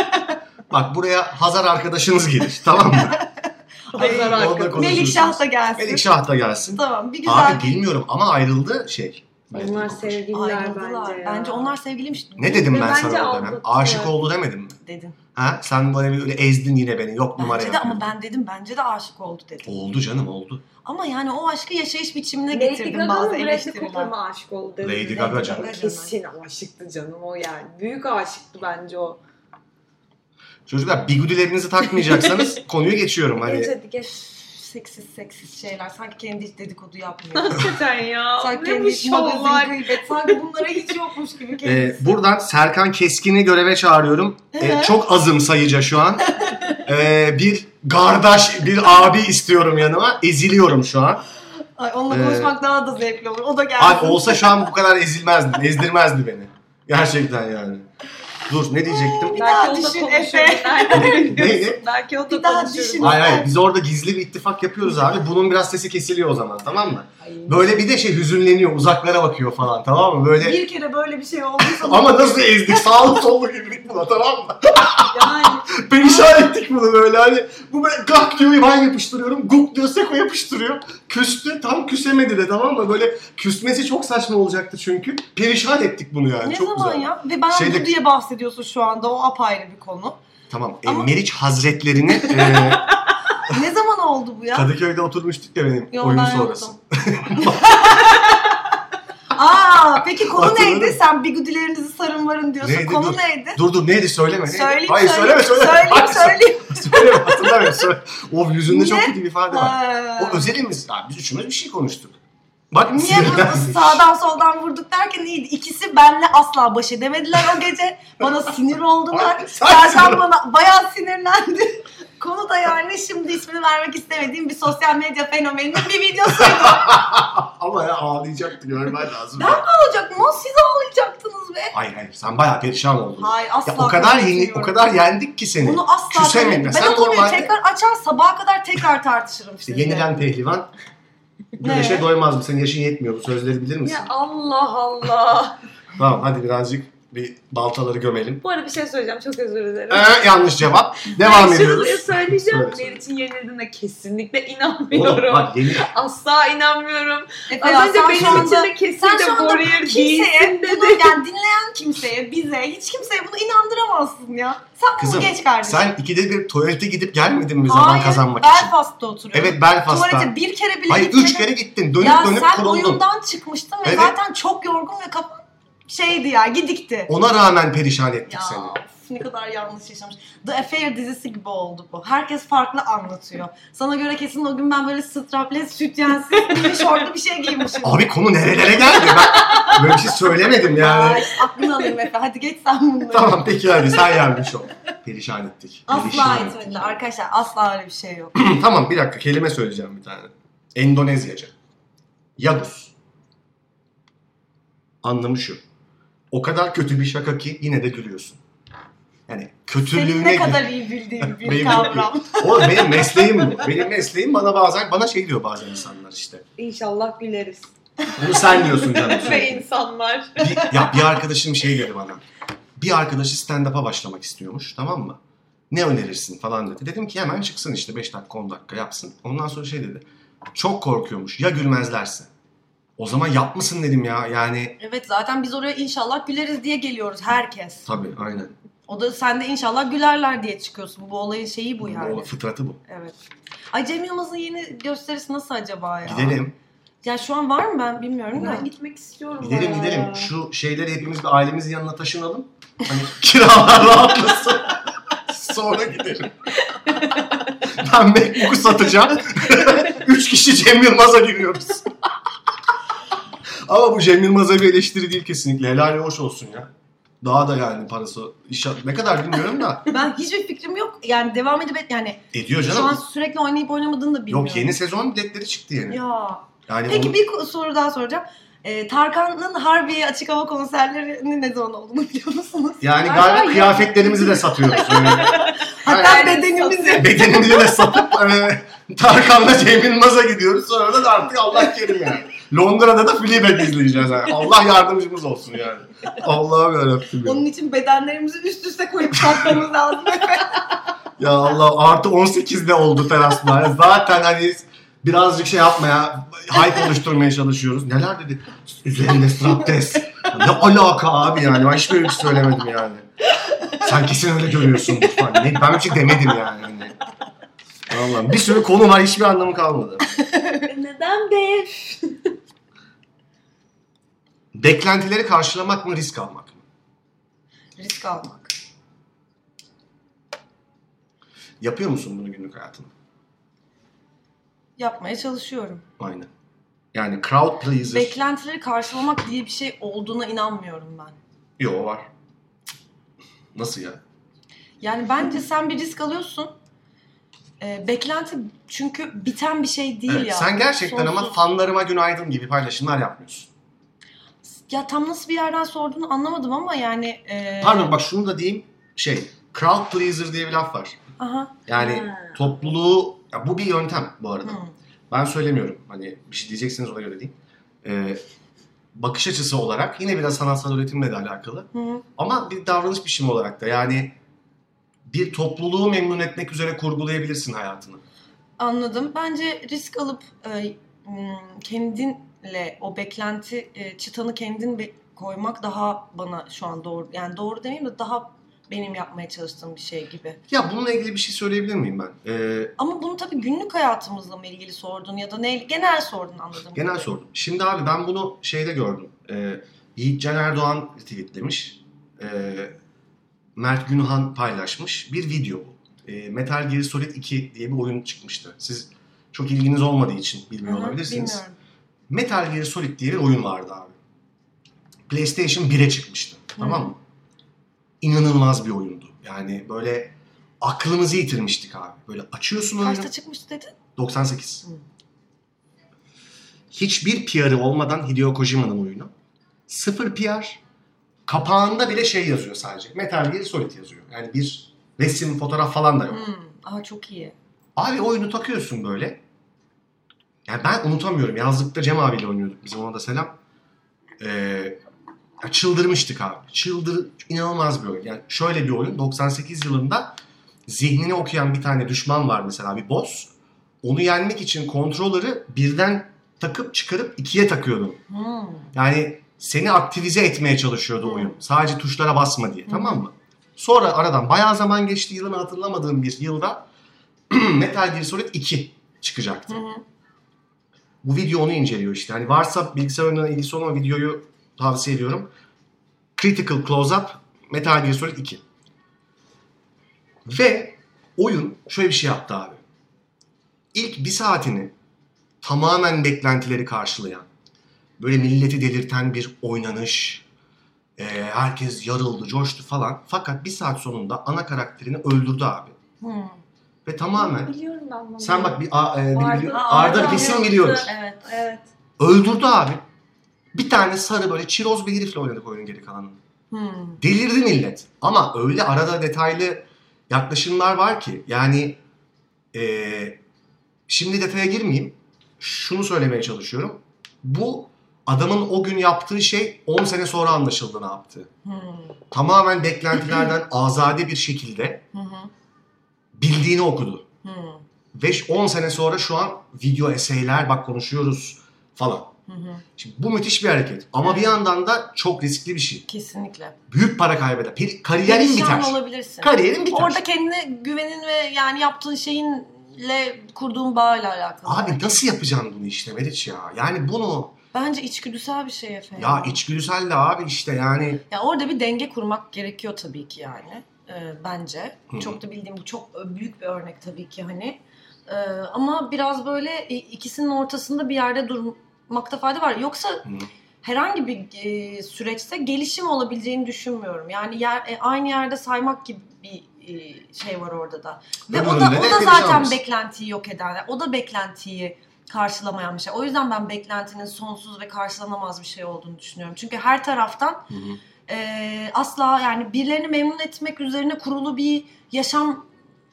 Bak buraya Hazar arkadaşınız gelir tamam mı? Ay, Hazar Onunla arkadaş. konuşursunuz. Melikşah da gelsin. Melikşah da gelsin. Tamam bir güzel. Abi bilmiyorum ama ayrıldı şey. Onlar Bradley Cooper. sevgililer Ayrıldılar. bence ya. Bence onlar sevgiliymiş. Ne dedim Ve ben bence sana o dönem? aldattılar. Aşık oldu demedim mi? Dedin. Ha? Sen böyle bir öyle ezdin yine beni. Yok numara Bence de yapıyorum. ama ben dedim bence de aşık oldu dedim. Oldu canım oldu. Ama yani o aşkı yaşayış biçimine Lady getirdim Gaga bazı mı Bradley eleştiriler. Cooper mı aşık oldu dedi. Lady Gaga canım. Kesin aşıktı canım o yani. Büyük aşıktı bence o. Çocuklar bigudilerinizi takmayacaksanız konuyu geçiyorum. Hani Geç hadi geç. Seksiz seksiz şeyler. Sanki kendi hiç dedikodu yapmıyor. Hakikaten ya. Sanki Ne kendi bu hiç magazin şovlar. gıybet. Sanki bunlara hiç yokmuş gibi e, kendisi. buradan Serkan Keskin'i göreve çağırıyorum. E, çok azım sayıca şu an. E, bir kardeş, bir abi istiyorum yanıma. Eziliyorum şu an. Ay onunla Ee, konuşmak daha da zevkli olur. O da gelsin. Abi olsa şu an bu kadar ezilmezdi, ezdirmezdi beni. Gerçekten yani. Dur ne diyecektim? Bir Belki daha o da düşün konuşur. Efe. Nereden biliyorsun? Neydi? Belki o da Bir daha konuşur. düşün. Hayır hayır biz orada gizli bir ittifak yapıyoruz abi. Bunun biraz sesi kesiliyor o zaman, tamam mı? Böyle bir de şey hüzünleniyor, uzaklara bakıyor falan, tamam mı? Böyle Bir kere böyle bir şey olduysa... ama nasıl ezdik, sağlı sollu girdik buna, tamam mı? Yani Perişan ettik bunu böyle, hani bu böyle gak diyor ben yapıştırıyorum, guk diyor Seko yapıştırıyor. Küstü, tam küsemedi de, tamam mı? Böyle küsmesi çok saçma olacaktı çünkü. Perişan ettik bunu yani, ne çok zaman güzel. ya? Ve bana Şeyde- bu diye bahsediyorsun şu anda, o apayrı bir konu. Tamam, Ama- e, Meriç Hazretlerini e, Ne zaman oldu bu ya? Kadıköy'de oturmuştuk ya benim Yo, oyun ben sonrası. yoktum. Aa, peki konu Hatırladım. neydi? Sen bigudilerinizi sarın varın diyorsun. Neydi? Konu Dur. neydi? Dur dur neydi, söyleme. Neydi? Söyleyeyim, Hayır söyleyeyim, söyleme söyleme. söyleyeyim, Hayır, söyleyeyim. söyleme hatırlamıyorum. Söyle. O yüzünde çok Ne? kötü bir ifade var. Ha. O özelimiz. Ya, biz üçümüz bir şey konuştuk. Bak Niye sinirlenmiş. bunu sağdan soldan vurduk derken iyiydi. İkisi benle asla baş edemediler o gece. Bana sinir oldular. Ay, sen sinir Serkan ol- bana bayağı sinirlendi. Konu da yani şimdi ismini vermek istemediğim bir sosyal medya fenomeninin bir videosuydu. Ama ya ağlayacaktı, görmen lazım. Ben mi olacak mı? Siz ağlayacaktınız be. Hayır hayır, sen bayağı perişan oldun. Hayır asla Ya o kadar yeni, katılmıyorum. o kadar yendik ki seni. Bunu asla Küsemedin. Ben Sen o konuyu normalde- tekrar açar sabaha kadar tekrar tartışırım İşte sizinle. yenilen pehlivan Ne? güneşe doymaz mı? Senin yaşın yetmiyor. Bu sözleri bilir misin? Ya Allah Allah. Tamam hadi birazcık bir baltaları gömelim. Bu arada bir şey söyleyeceğim. Çok özür dilerim. Ee, yanlış cevap. Devam Ben ediyoruz. şunu söyleyeceğim. Söyle, söyle. Meriç'in yenildiğine kesinlikle Oğlum inanmıyorum. bak yeni... Asla inanmıyorum. Efe ya, Az önce sen benim şu anda- için de Sen kesinlikle şu anda warrior kimseye, değilsin bunu, dedi. yani dinleyen kimseye, bize, hiç kimseye bunu inandıramazsın ya. Sen bunu Kızım geç kardeşim. sen ikide bir tuvalete gidip gelmedin mi zaman Hayır, kazanmak için? Belfast'ta oturuyorum. Evet Belfast'ta. Tuvalete bir kere bile Hayır gitmedim. üç kere gittin. Dönüp Ya dönüp sen kuruldun. oyundan çıkmıştın ve Evet. zaten çok yorgun ve kafan şeydi ya, gidikti. Ona rağmen perişan ettik Ya seni. of, ne kadar yanlış yaşamış. The Affair dizisi gibi oldu bu. Herkes farklı anlatıyor. Sana göre kesin o gün ben böyle strapless, sütyensiz, bir şortlu bir şey giymişim. Abi konu nerelere geldi? Ben böyle bir şey söylemedim yani. Ay, aklını alayım Efe. Hadi geç sen bunları. Tamam peki hadi sen yenmiş ol. Perişan ettik. Asla Perişan etmediler ettik. arkadaşlar. Asla öyle bir şey yok. Tamam bir dakika kelime söyleyeceğim bir tane. Endonezyaca. Yadus. Anlamı şu. O kadar kötü bir şaka ki yine de gülüyorsun. Yani kötülüğüne... Senin ne kadar iyi bildiğin bir Benim- kavram. O benim mesleğim bu. Benim mesleğim bana bazen bana şey diyor bazen insanlar işte. İnşallah güleriz. Bunu sen diyorsun canım Ve sürekli. insanlar. Bir, ya bir arkadaşım şey dedi bana. Bir arkadaşı stand-up'a başlamak istiyormuş, tamam mı? Ne önerirsin falan dedi. Dedim ki hemen çıksın işte beş dakika on dakika yapsın. Ondan sonra şey dedi. Çok korkuyormuş ya gülmezlerse. O zaman yapmasın dedim ya yani. Evet zaten biz oraya inşallah güleriz diye geliyoruz herkes. Tabii aynen. O da sen de inşallah gülerler diye çıkıyorsun. Bu olayın şeyi bu yani. O fıtratı bu. Evet. Ay Cem Yılmaz'ın yeni gösterisi nasıl acaba ya? Gidelim. Ya şu an var mı ben bilmiyorum da. Ben gitmek istiyorum. Gidelim bayağı gidelim. ya. Şu şeyleri hepimiz bir ailemizin yanına taşınalım. Hani kiralar rahatlasın. Sonra gidelim. Ben MacBook'u satacağım. Üç kişi Cem Yılmaz'a giriyoruz. Ama bu Cem Yılmaz'a bir eleştiri değil kesinlikle. Helal hoş olsun ya. Daha da yani parası inşallah ne kadar bilmiyorum da. Ben hiçbir fikrim yok. Yani devam edip et yani. Ediyor Şu an canım. sürekli oynayıp oynamadığını da bilmiyorum. Yok yeni sezon biletleri çıktı yeni. Ya. Yani Peki onu- bir ko- soru daha soracağım. Ee, Tarkan'ın Harbiye açık hava konserlerinin ne zaman olduğunu biliyor musunuz? yani Ay, galiba ay, kıyafetlerimizi de satıyoruz. Yani. Hatta Yani bedenimizi. bedenimizi de satıp e, Tarkan'la Cem Yılmaz'a gidiyoruz. Sonra da artık Allah kerim yani. Londra'da da Fleabag izleyeceğiz yani. Allah yardımcımız olsun yani. Allah'ım yarabbim. ya. Onun için bedenlerimizi üst üste koyup satmamız lazım. Ya Allah artı on sekizde oldu teraslar. Zaten hani birazcık şey yapmaya, hype oluşturmaya çalışıyoruz. Neler dedi? Üzerinde strapless. Ne alaka abi yani? Ben hiç böyle bir şey söylemedim yani. Sen kesin öyle görüyorsun falan. Ne, ben bir şey demedim yani. Hani. Allah'ım bir sürü konu var hiçbir anlamı kalmadı. Neden be? Beklentileri karşılamak mı risk almak mı? Risk almak. Yapıyor musun bunu günlük hayatında? Yapmaya çalışıyorum. Aynen. Yani crowd pleaser. Beklentileri karşılamak diye bir şey olduğuna inanmıyorum ben. Yo var. Nasıl ya? Yani bence sen bir risk alıyorsun. Ee, beklenti çünkü biten bir şey değil Evet, ya. sen gerçekten ama Sonsuz. fanlarıma günaydın gibi paylaşımlar yapmıyorsun. Ya tam nasıl bir yerden sorduğunu anlamadım ama yani... E... Pardon bak şunu da diyeyim. Şey, crowd pleaser diye bir laf var. Aha. Yani Ha. topluluğu... Ya bu bir yöntem bu arada. Hı. Ben söylemiyorum. Hani bir şey diyeceksiniz ona göre değil. Ee, bakış açısı olarak yine biraz sanatsal üretimle de alakalı. Hı. Ama bir davranış biçimi olarak da yani bir topluluğu memnun etmek üzere kurgulayabilirsin hayatını. Anladım. Bence risk alıp e, m, kendinle o beklenti e, çıtanı kendin be- koymak daha bana şu an doğru. Yani doğru demeyeyim de daha benim yapmaya çalıştığım bir şey gibi. Ya bununla ilgili bir şey söyleyebilir miyim ben? Ee, Ama bunu tabii günlük hayatımızla mı ilgili sordun ya da ne genel sordun anladım. genel sordum. Şimdi abi ben bunu şeyde gördüm. Ee, Yiğitcan Erdoğan tweetlemiş. Ee, Mert Günhan paylaşmış. Bir video bu. Ee, Metal Gear Solid iki diye bir oyun çıkmıştı. Siz çok ilginiz olmadığı için bilmiyor Hı hı, olabilirsiniz. bilmiyorum. Metal Gear Solid diye bir oyun vardı abi. PlayStation bire çıkmıştı. Hı. Tamam mı? İnanılmaz bir oyundu. Yani böyle aklımızı yitirmiştik abi. Böyle açıyorsun oyunu. Kaçta çıkmıştı dedin? doksan sekiz. Hı. Hiçbir P R'ı olmadan Hideo Kojima'nın oyunu. Sıfır P R. Kapağında bile şey yazıyor sadece. Metal Gear Solid yazıyor. Yani bir resim, fotoğraf falan da yok. Hmm. Aa çok iyi. Abi oyunu takıyorsun böyle. Yani ben unutamıyorum. Yazlıkta Cem abiyle oynuyorduk. Bizim ona da selam. Ee, çıldırmıştık abi. Çıldır, inanılmaz bir oyun. Yani şöyle bir oyun. doksan sekiz yılında zihnini okuyan bir tane düşman var mesela, bir boss. Onu yenmek için kontrolörü birden takıp çıkarıp ikiye takıyordun. Hmm. Yani seni aktivize etmeye çalışıyordu Hmm. oyun. Sadece tuşlara basma diye. Hmm. Tamam mı? Sonra aradan bayağı zaman geçti. Yılını hatırlamadığım bir yılda Metal Gear Solid iki çıkacaktı. Hı hı. Bu video onu inceliyor işte. Hani varsa bilgisayar oyununa ilgisi olan videoyu tavsiye ediyorum. Critical Close-Up Metal Gear Solid iki. Ve oyun şöyle bir şey yaptı abi. İlk bir saatini tamamen beklentileri karşılayan, böyle milleti delirten bir oynanış, e, herkes yarıldı, coştu falan. Fakat bir saat sonunda ana karakterini öldürdü abi. Hmm. Ve tamamen... Biliyorum ben bunu. Sen bak bir, a, e, bir- Arda- bir- Aa, Arda Arda kesin biliyordu. biliyordur. Evet. Evet. Öldürdü abi. Bir tane sarı böyle çiroz bir herifle oynadık oyunun geri kalanını. Hmm. Delirdi millet. Ama öyle arada detaylı yaklaşımlar var ki. Yani e, şimdi detaya girmeyeyim. Şunu söylemeye çalışıyorum. Bu adamın o gün yaptığı şey on sene sonra anlaşıldı ne yaptığı. Hmm. Tamamen beklentilerden azade bir şekilde Hı hı. bildiğini okudu. Hmm. Ve on sene sonra şu an video eseyler bak konuşuyoruz falan. Hı hı. Şimdi bu müthiş bir hareket. Ama Evet. bir yandan da çok riskli bir şey. Kesinlikle. Büyük para kaybeder. Per- Kariyerin Perişan biter. olabilirsin. Kariyerin biter. Orada kendine güvenin ve yani yaptığın şeyinle kurduğun bağla alakalı. Abi nasıl yapacaksın bunu işte Meriç ya? Yani bunu Bence içgüdüsel bir şey efendim. ya içgüdüsel de abi işte yani. Ya orada bir denge kurmak gerekiyor tabii ki yani. Ee, bence. Hı. Çok da bildiğim bu çok büyük bir örnek tabii ki hani. Ee, ama biraz böyle ikisinin ortasında bir yerde durmakta fayda var. Yoksa Hı. herhangi bir e, süreçte gelişim olabileceğini düşünmüyorum. Yani yer, e, aynı yerde saymak gibi bir e, şey var orada da. Ve o da, Öbüründe de o da perişan zaten mısın? beklentiyi yok eden. O da beklentiyi karşılamayan bir şey. O yüzden ben beklentinin sonsuz ve karşılanamaz bir şey olduğunu düşünüyorum. Çünkü her taraftan Hı hı. e, asla yani birilerini memnun etmek üzerine kurulu bir yaşam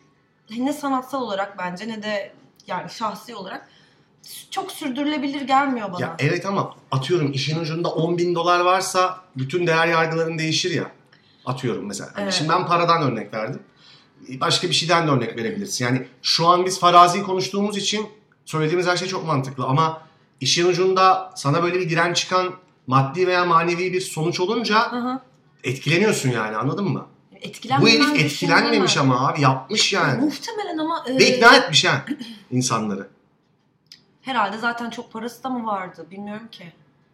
ne sanatsal olarak bence ne de yani şahsi olarak çok sürdürülebilir gelmiyor bana. Ya evet ama atıyorum işin ucunda on bin dolar varsa bütün değer yargıların değişir ya. Atıyorum mesela. Hani Evet. Şimdi ben paradan örnek verdim. Başka bir şeyden de örnek verebilirsin. Yani şu an biz farazi konuştuğumuz için söylediğimiz her şey çok mantıklı. Ama işin ucunda sana böyle bir direnç çıkan maddi veya manevi bir sonuç olunca Hı hı. etkileniyorsun yani, anladın mı? Bu Etkilenmeden herif etkilenmemiş düşünülemez. ama abi yapmış yani. Muhtemelen ama e, Ve ikna etmiş ha insanları. herhalde zaten çok parası da mı vardı bilmiyorum ki.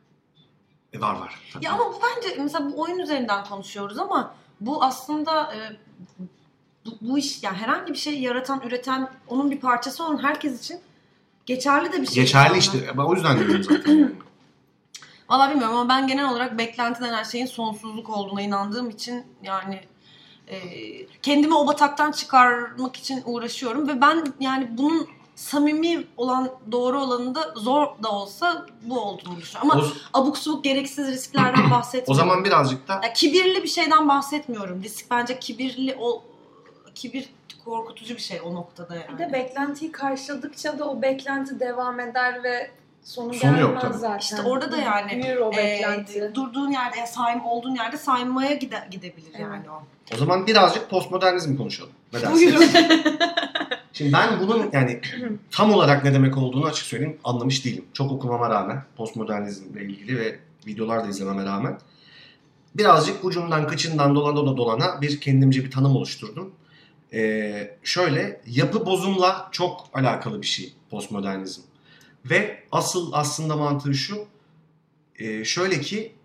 E var var. Tabii. Ya ama bu bence mesela bu oyun üzerinden konuşuyoruz ama bu aslında e, bu, bu iş yani herhangi bir şey yaratan, üreten, onun bir parçası olan herkes için geçerli de bir şey. Geçerli aslında. işte. Ben o yüzden diyorum zaten. Valla bilmiyorum ama ben genel olarak beklenti denen şeyin sonsuzluk olduğuna inandığım için yani e, kendimi o bataktan çıkarmak için uğraşıyorum ve ben yani bunun samimi olan, doğru olanı da zor da olsa bu olduğunu düşünüyorum. Ama O, abuk subuk gereksiz risklerden bahsetmiyorum. o zaman birazcık da Ya kibirli bir şeyden bahsetmiyorum. Risk bence kibirli o kibir korkutucu bir şey o noktada yani. Bir de beklentiyi karşıladıkça da o beklenti devam eder ve sonu, Sonu yok gelmez tabii. zaten. İşte orada da yani Büyür o e, beklenti. durduğun yerde, yani saim olduğun yerde saymaya gide, gidebilir Evet. yani o. o zaman birazcık postmodernizm konuşalım. Ne dersiniz? Buyurun. Şimdi ben bunun yani tam olarak ne demek olduğunu açık söyleyeyim anlamış değilim. Çok okumama rağmen postmodernizmle ilgili ve videolar da izlememe rağmen birazcık ucundan kıçından dolana dolana bir kendimce bir tanım oluşturdum. Ee, şöyle yapı bozumla çok alakalı bir şey postmodernizm. Ve asıl aslında mantığı şu, e, şöyle ki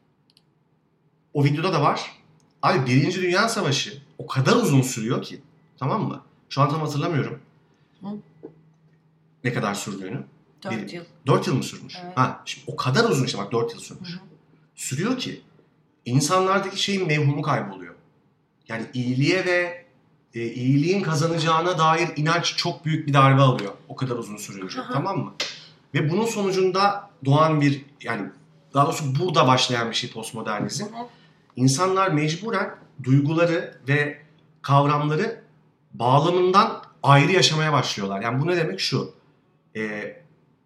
o videoda da var. Abi Birinci Dünya Savaşı o kadar uzun sürüyor ki, tamam mı? Şu an tam hatırlamıyorum Hı. ne kadar sürdüğünü. Dört Bir- yıl. Dört yıl mı sürmüş? Evet. Ha, şimdi o kadar uzun işte bak dört yıl sürmüş. Hı hı. Sürüyor ki insanlardaki şeyin mevhumu kayboluyor. Yani iyiliğe ve e, iyiliğin kazanacağına dair inanç çok büyük bir darbe alıyor. O kadar uzun sürünce. Aha. Tamam mı? Ve bunun sonucunda doğan bir yani daha doğrusu burada başlayan bir şey postmodernizm. Hı hı. İnsanlar mecburen duyguları ve kavramları bağlamından ayrı yaşamaya başlıyorlar. Yani bu ne demek? Şu. E,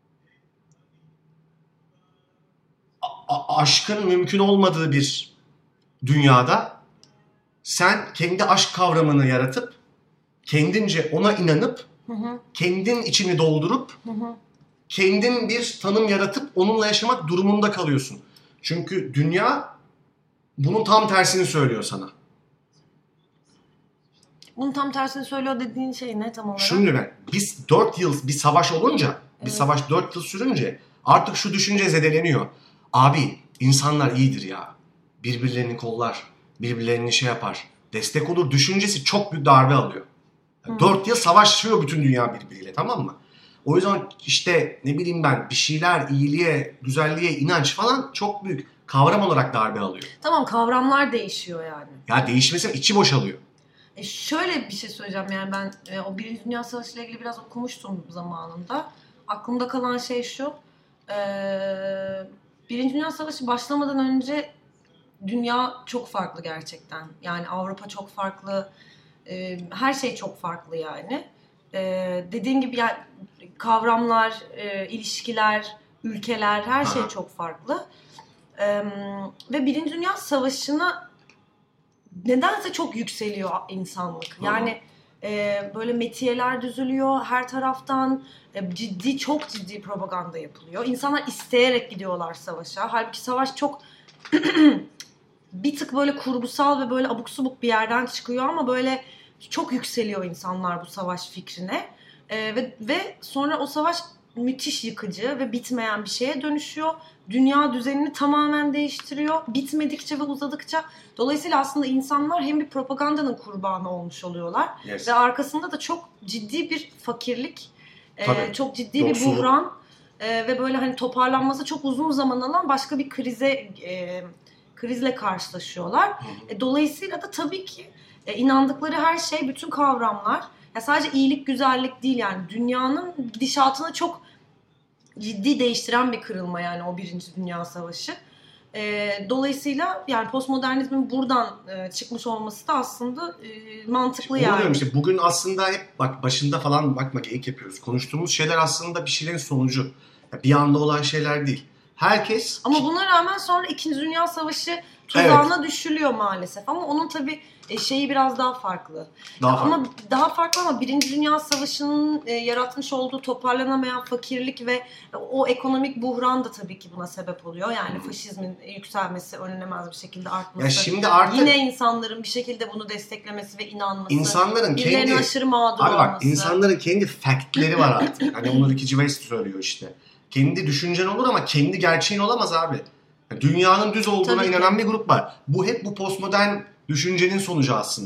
a- aşkın mümkün olmadığı bir dünyada sen kendi aşk kavramını yaratıp kendince ona inanıp Hı hı. kendin içini doldurup Hı hı. kendin bir tanım yaratıp onunla yaşamak durumunda kalıyorsun. Çünkü dünya bunun tam tersini söylüyor sana. Bunun tam tersini söylüyor dediğin şey ne tam olarak? Şimdi ben biz dört yıl bir savaş olunca, bir Evet. savaş dört yıl sürünce artık şu düşünce zedeleniyor. Abi insanlar iyidir ya. Birbirlerini kollar, birbirlerini şey yapar, destek olur düşüncesi çok büyük darbe alıyor. Hı. dört yıl savaşıyor bütün dünya birbiriyle, tamam mı? O yüzden işte ne bileyim ben bir şeyler iyiliğe, güzelliğe, inanç falan çok büyük kavram olarak darbe alıyor. Tamam, kavramlar değişiyor yani. Ya değişmesi içi boşalıyor. E şöyle bir şey söyleyeceğim yani ben e, o Birinci Dünya Savaşı ile ilgili biraz okumuştum zamanında. Aklımda kalan şey şu. E, Birinci Dünya Savaşı başlamadan önce dünya çok farklı gerçekten. Yani Avrupa çok farklı. E, her şey çok farklı yani. E, dediğin gibi yani kavramlar, e, ilişkiler, ülkeler her şey Aha. çok farklı. E, ve Birinci Dünya Savaşı'na nedense çok yükseliyor insanlık. Yani e, böyle metiyeler düzülüyor her taraftan. E, ciddi, çok ciddi propaganda yapılıyor. İnsanlar isteyerek gidiyorlar savaşa. Halbuki savaş çok bir tık böyle kurgusal ve böyle abuk subuk bir yerden çıkıyor ama böyle çok yükseliyor insanlar bu savaş fikrine. E, ve, ve sonra o savaş müthiş yıkıcı ve bitmeyen bir şeye dönüşüyor. Dünya düzenini tamamen değiştiriyor. Bitmedikçe ve uzadıkça. Dolayısıyla aslında insanlar hem bir propagandanın kurbanı olmuş oluyorlar. Yes. Ve arkasında da çok ciddi bir fakirlik, e, Tabii. çok ciddi Yoksulluk. bir buhran e, ve böyle hani toparlanması çok uzun zaman alan başka bir krize e, krizle karşılaşıyorlar. Hı hı. E, dolayısıyla da tabii ki e, inandıkları her şey, bütün kavramlar, ya sadece iyilik, güzellik değil yani dünyanın gidişatını çok ciddi değiştiren bir kırılma yani o Birinci Dünya Savaşı. E, dolayısıyla yani postmodernizmin buradan e, çıkmış olması da aslında e, mantıklı Onu yani. diyorum işte bugün aslında hep bak başında falan bakma geyik yapıyoruz. Konuştuğumuz şeyler aslında bir şeylerin sonucu. Ya bir anda olan şeyler değil. Herkes Ama buna rağmen sonra İkinci Dünya Savaşı tuzağına düşülüyor maalesef. Ama onun tabii e, şeyi biraz daha farklı. daha Ama farklı. daha farklı ama Birinci Dünya Savaşı'nın e, yaratmış olduğu toparlanamayan fakirlik ve o ekonomik buhran da tabii ki buna sebep oluyor. Yani faşizmin yükselmesi, önlenemez bir şekilde artması. Ya şimdi artık Yine insanların bir şekilde bunu desteklemesi ve inanması. insanların birilerinin kendi aşırı mağdur abi bak olması. insanların kendi factleri var artık. Hani onu Ricky Gervais söylüyor işte. Kendi düşüncen olur ama kendi gerçeğin olamaz abi. Dünyanın düz olduğuna Tabii ki. inanan bir grup var. Bu hep bu postmodern düşüncenin sonucu aslında.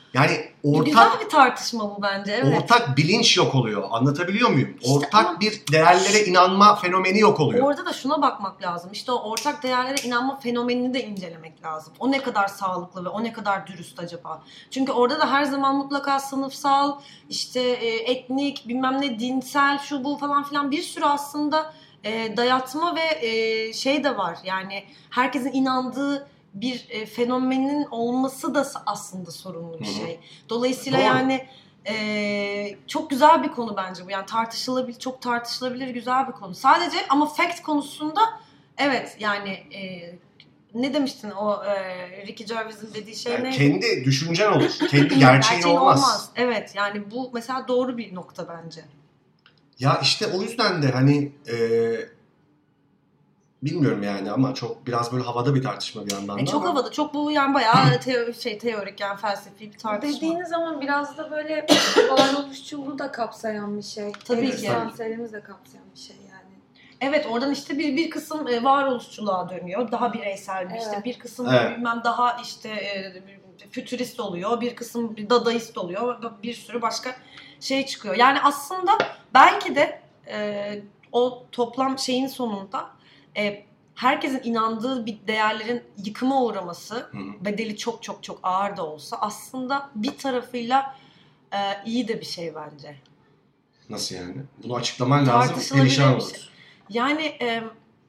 Yani ortak Güzel bir tartışma bu bence. Evet. ortak bilinç yok oluyor. Anlatabiliyor muyum? İşte ortak ama- bir değerlere inanma fenomeni yok oluyor. Orada da şuna bakmak lazım. İşte o ortak değerlere inanma fenomenini de incelemek lazım. O ne kadar sağlıklı ve o ne kadar dürüst acaba? Çünkü orada da her zaman mutlaka sınıfsal, işte e, etnik, bilmem ne, dinsel, şu bu falan filan bir sürü aslında e, dayatma ve e, şey de var. Yani herkesin inandığı bir e, fenomenin olması da aslında sorunlu bir Hı hı. şey. Dolayısıyla Doğru. yani e, çok güzel bir konu bence bu. Yani tartışılabilir, çok tartışılabilir güzel bir konu. Sadece ama fact konusunda evet yani e, ne demiştin o e, Ricky Gervais'in dediği şey Yani neydi? kendi düşüncen olur. Kendi gerçeğin olmaz. Evet yani bu mesela doğru bir nokta bence. Ya işte o yüzden de hani e, bilmiyorum yani ama çok biraz böyle havada bir tartışma bir yandan da E, çok ama. havada, çok bu yani bayağı teo şey teorik yani felsefi bir tartışma. Dediğiniz zaman biraz da böyle varoluşçuluğu da kapsayan bir şey. Tabii ki. Egzistansiyelimizi de kapsayan bir şey yani. Evet oradan işte bir bir kısım e, varoluşçuluğa dönüyor. Daha bireysel bir işte Evet. bir kısım Evet. bilmem daha işte e, fütürist oluyor. Bir kısım bir dadaist oluyor. Bir sürü başka şey çıkıyor. Yani aslında belki de e, o toplam şeyin sonunda e, herkesin inandığı bir değerlerin yıkıma uğraması, Hı hı. bedeli çok çok çok ağır da olsa aslında bir tarafıyla e, iyi de bir şey bence. Nasıl yani? Bunu açıklaman lazım. Tartışılabilir Perişan bir şey. oluruz. Yani e,